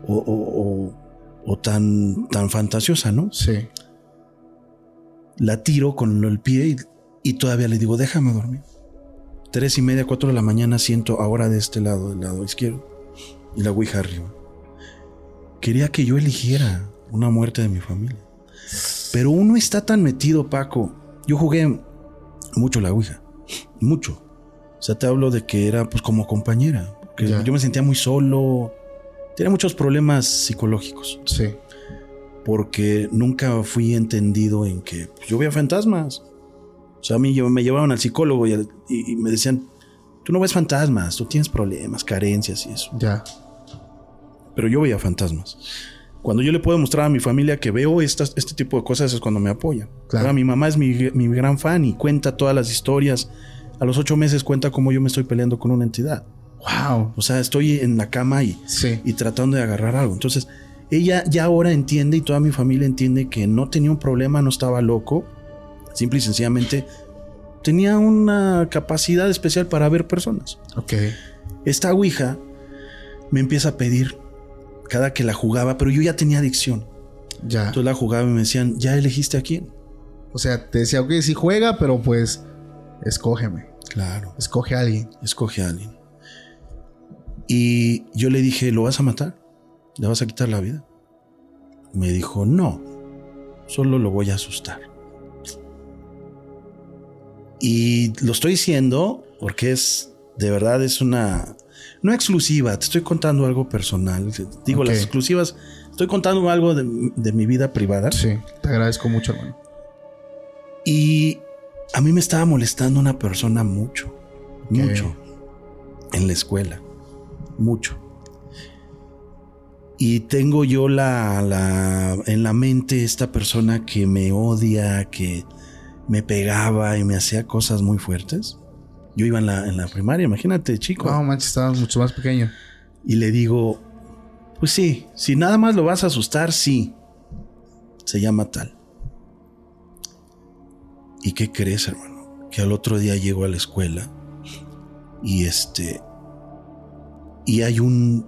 O tan fantasiosa, ¿no? Sí. La tiro con el pie y todavía le digo, déjame dormir. 3:30, 4 de la mañana siento ahora de este lado, del lado izquierdo, y la ouija arriba. Quería que yo eligiera una muerte de mi familia. Pero uno está tan metido, Paco. Yo jugué mucho la ouija. Mucho. O sea, te hablo de que era pues como compañera. Que yo me sentía muy solo. Tenía muchos problemas psicológicos. Sí. Porque nunca fui entendido en que yo veía fantasmas. O sea, a mí me llevaban al psicólogo y me decían, tú no ves fantasmas, tú tienes problemas, carencias y eso. Ya. Pero yo veía fantasmas. Cuando yo le puedo mostrar a mi familia que veo este tipo de cosas es cuando me apoyan. Claro. Ahora, mi mamá es mi gran fan y cuenta todas las historias. A los 8 meses cuenta cómo yo me estoy peleando con una entidad. Wow. O sea, estoy en la cama y tratando de agarrar algo. Entonces, ella ya ahora entiende y toda mi familia entiende que no tenía un problema, no estaba loco. Simple y sencillamente tenía una capacidad especial para ver personas. Ok. Esta ouija me empieza a pedir cada que la jugaba, pero yo ya tenía adicción. Ya. Entonces la jugaba y me decían, ¿ya elegiste a quién? O sea, te decía, ok, sí juega, pero pues escógeme. Claro. Escoge a alguien. Escoge a alguien. Y yo le dije, ¿lo vas a matar? ¿Le vas a quitar la vida? Me dijo, no, solo lo voy a asustar. Y lo estoy diciendo porque de verdad es una... No exclusiva, te estoy contando algo personal. Digo, las exclusivas, estoy contando algo de mi vida privada. Sí, te agradezco mucho, hermano. Y a mí me estaba molestando una persona mucho en la escuela. Mucho. Y tengo yo en la mente esta persona que me odia, que me pegaba y me hacía cosas muy fuertes. Yo iba en la primaria, imagínate, chico. No, manches, estabas mucho más pequeño. Y le digo, pues sí, si nada más lo vas a asustar, sí. Se llama tal. ¿Y qué crees, hermano? Que al otro día llego a la escuela y hay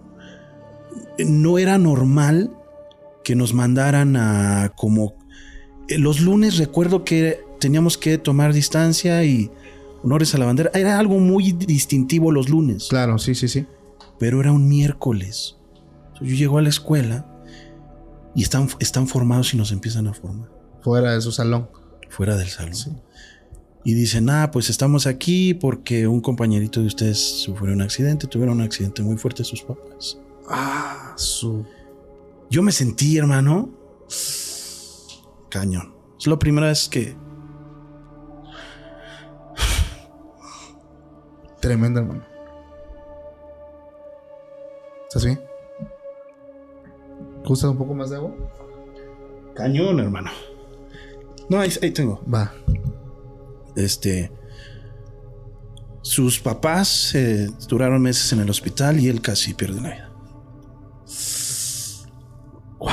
no era normal que nos mandaran a como... Los lunes recuerdo que teníamos que tomar distancia y honores a la bandera. Era algo muy distintivo los lunes. Claro, sí. Pero era un miércoles. Yo llego a la escuela y están formados y nos empiezan a formar. Fuera de su salón. Fuera del salón. Sí. Y dicen, pues estamos aquí porque un compañerito de ustedes sufrió un accidente. Tuvieron un accidente muy fuerte sus papás. Yo me sentí, hermano, cañón. Es la primera vez que... Tremendo, hermano. ¿Estás bien? ¿Gustas un poco más de agua? Cañón, hermano. No, ahí tengo. Va. Sus papás duraron meses en el hospital y él casi pierde la vida. Wow.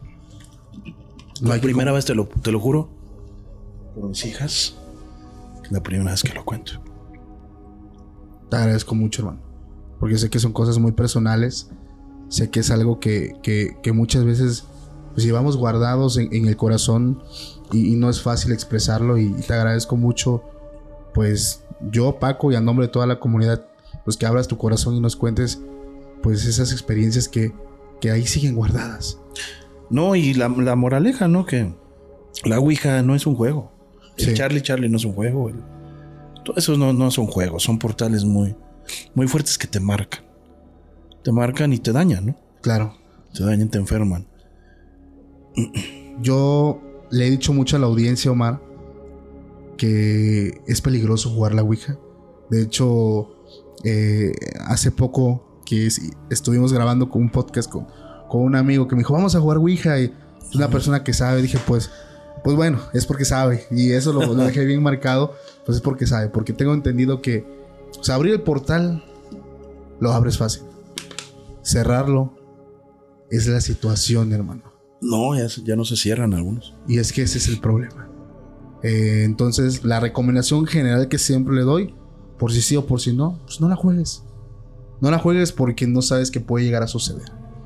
La primera vez, te lo juro, por mis hijas, es la primera vez que lo cuento. Te agradezco mucho, hermano, porque sé que son cosas muy personales. Sé que es algo que muchas veces pues llevamos guardados en el corazón y no es fácil expresarlo, y te agradezco mucho, pues yo, Paco, y a nombre de toda la comunidad, pues que abras tu corazón y nos cuentes pues esas experiencias que ahí siguen guardadas. No, y la moraleja, ¿no? Que la ouija no es un juego. Sí. El Charlie no es un juego. Todo eso no son juegos, son portales muy, muy fuertes que te marcan. Te marcan y te dañan, ¿no? Claro. Te dañan, te enferman. Yo le he dicho mucho a la audiencia, Omar, porque es peligroso jugar la Ouija. De hecho, hace poco que estuvimos grabando con un podcast con un amigo que me dijo, vamos a jugar Ouija, y una persona que sabe, dije, pues bueno, es porque sabe, y eso lo dejé bien marcado, pues es porque sabe, porque tengo entendido que, o sea, abrir el portal lo abres fácil, cerrarlo es la situación, hermano. No, ya no se cierran algunos. Y es que ese es el problema. Entonces, la recomendación general que siempre le doy, por si sí o por si no, pues no la juegues. No la juegues porque no sabes qué puede llegar a suceder.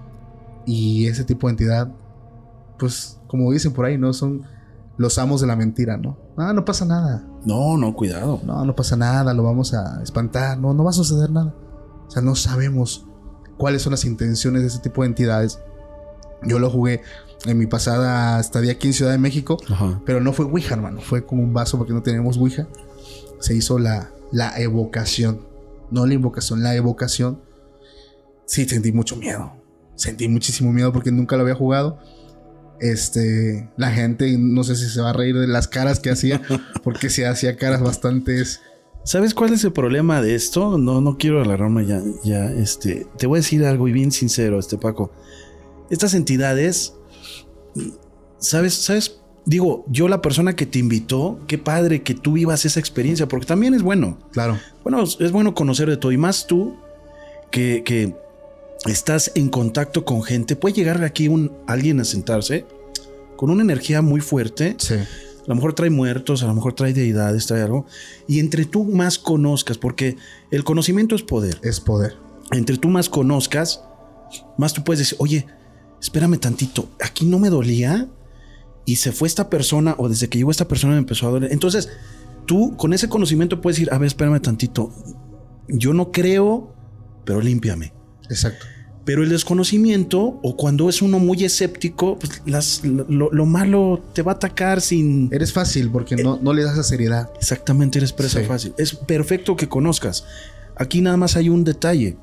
Y ese tipo de entidad, pues, como dicen por ahí, no son los amos de la mentira, ¿no? No pasa nada. No, cuidado. No pasa nada, lo vamos a espantar. No va a suceder nada. O sea, no sabemos cuáles son las intenciones de ese tipo de entidades. Yo lo jugué en mi pasada estadía aquí en Ciudad de México. Ajá. Pero no fue Ouija, hermano. Fue como un vaso porque no teníamos Ouija. Se hizo la evocación. No la invocación, la evocación. Sí, sentí mucho miedo. Sentí muchísimo miedo porque nunca lo había jugado. La gente, no sé si se va a reír de las caras que hacía, porque se hacía caras bastantes. ¿Sabes cuál es el problema de esto? No quiero alargarme ya. Te voy a decir algo y bien sincero, Paco. Estas entidades, ¿sabes? Digo, yo la persona que te invitó, qué padre que tú vivas esa experiencia, porque también es bueno. Claro. Bueno, es bueno conocer de todo, y más tú que estás en contacto con gente. Puede llegar aquí alguien a sentarse con una energía muy fuerte. Sí. A lo mejor trae muertos, a lo mejor trae deidades, trae algo. Y entre tú más conozcas, porque el conocimiento es poder. Es poder. Entre tú más conozcas, más tú puedes decir, oye, espérame tantito, aquí no me dolía y se fue esta persona, o desde que llegó esta persona me empezó a doler. Entonces, tú con ese conocimiento puedes decir, a ver, espérame tantito, yo no creo, pero límpiame. Exacto. Pero el desconocimiento, o cuando es uno muy escéptico, pues lo malo te va a atacar sin... Eres fácil porque no le das la seriedad. Exactamente, eres presa fácil. Es perfecto que conozcas. Aquí nada más hay un detalle.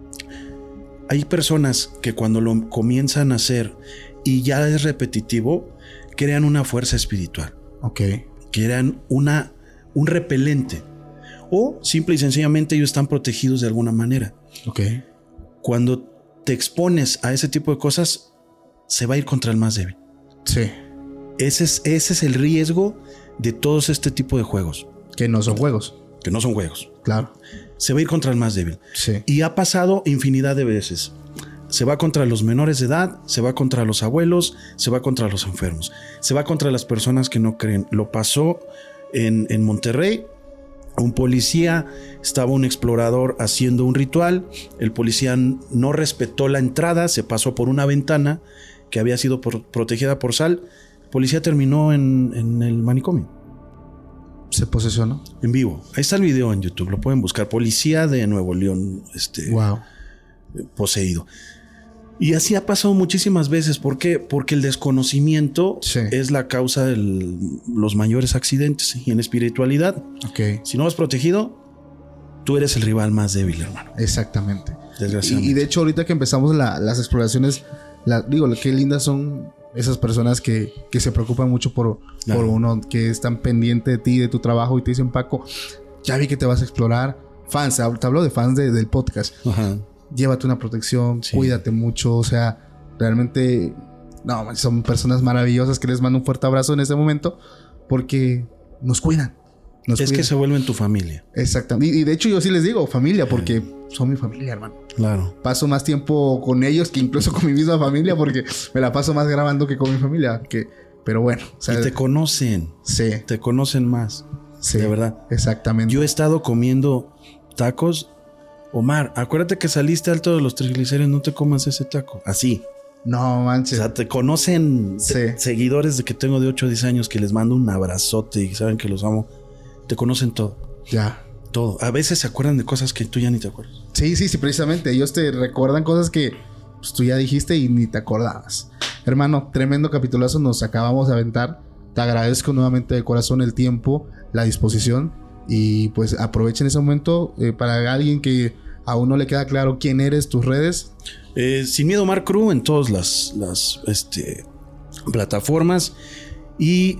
Hay personas que cuando lo comienzan a hacer y ya es repetitivo, crean una fuerza espiritual. Ok. Crean un repelente. O simple y sencillamente ellos están protegidos de alguna manera. Ok. Cuando te expones a ese tipo de cosas, se va a ir contra el más débil. Sí. Ese es el riesgo de todos este tipo de juegos. Que no son juegos. Que no son juegos. Claro. Se va a ir contra el más débil. Sí. Y ha pasado infinidad de veces. Se va contra los menores de edad, se va contra los abuelos, se va contra los enfermos, se va contra las personas que no creen. Lo pasó en Monterrey. Un policía, estaba un explorador haciendo un ritual. El policía no respetó la entrada, se pasó por una ventana que había sido protegida por sal. El policía terminó en el manicomio. ¿Se posesionó? En vivo. Ahí está el video en YouTube, lo pueden buscar. Policía de Nuevo León, wow. Poseído. Y así ha pasado muchísimas veces. ¿Por qué? Porque el desconocimiento es la causa de los mayores accidentes. Y en espiritualidad, si no vas protegido, tú eres el rival más débil, hermano. Exactamente. Desgraciadamente. Y de hecho, ahorita que empezamos las exploraciones, qué lindas son esas personas que se preocupan mucho por uno, que están pendientes de ti, de tu trabajo, y te dicen, Paco, ya vi que te vas a explorar. Fans, te hablo de fans del podcast. Ajá. Llévate una protección, cuídate mucho, o sea, realmente son personas maravillosas que les mando un fuerte abrazo en este momento porque nos cuidan. Que se vuelven tu familia. Exactamente. Y de hecho yo sí les digo familia porque son mi familia, hermano. Claro. Paso más tiempo con ellos que incluso con mi misma familia porque me la paso más grabando que con mi familia. Pero bueno. O sea, y te conocen. Sí. Te conocen más. Sí. De verdad. Exactamente. Yo he estado comiendo tacos. Omar, acuérdate que saliste alto de los triglicéridos, no te comas ese taco. Así. No manches. O sea, te conocen seguidores de que tengo de 8 o 10 años que les mando un abrazote y saben que los amo. Te conocen todo. Ya. Todo. A veces se acuerdan de cosas que tú ya ni te acuerdas. Sí, precisamente. Ellos te recuerdan cosas que pues, tú ya dijiste y ni te acordabas. Hermano, tremendo capitulazo nos acabamos de aventar. Te agradezco nuevamente de corazón el tiempo, la disposición. Y pues aprovechen ese momento para alguien que aún no le queda claro quién eres, tus redes. Sin Miedo Omar Cruz en todas las plataformas. Y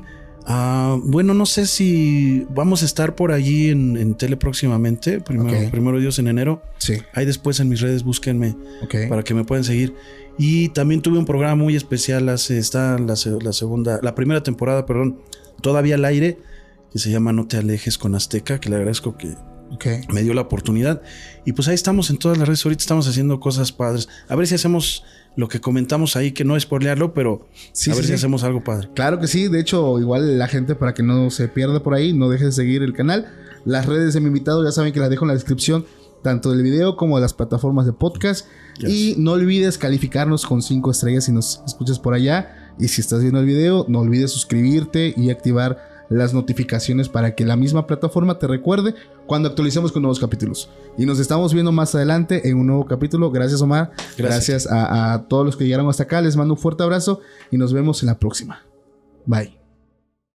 Bueno, no sé si vamos a estar por allí en tele próximamente. Primero Dios en enero. Sí. Ahí después en mis redes búsquenme para que me puedan seguir. Y también tuve un programa muy especial. Está la primera temporada, todavía al aire, que se llama No te alejes con Azteca, que le agradezco que me dio la oportunidad. Y pues ahí estamos en todas las redes. Ahorita estamos haciendo cosas padres. A ver si hacemos lo que comentamos ahí, que no es spoilearlo, pero a ver si hacemos algo padre. Claro que sí. De hecho, igual la gente, para que no se pierda por ahí, no deje de seguir el canal. Las redes de mi invitado ya saben que las dejo en la descripción, tanto del video como de las plataformas de podcast. Yes. Y no olvides calificarnos con 5 estrellas si nos escuchas por allá. Y si estás viendo el video, no olvides suscribirte y activar las notificaciones para que la misma plataforma te recuerde cuando actualicemos con nuevos capítulos. Y nos estamos viendo más adelante en un nuevo capítulo. Gracias, Omar. Gracias a todos los que llegaron hasta acá. Les mando un fuerte abrazo y nos vemos en la próxima. Bye.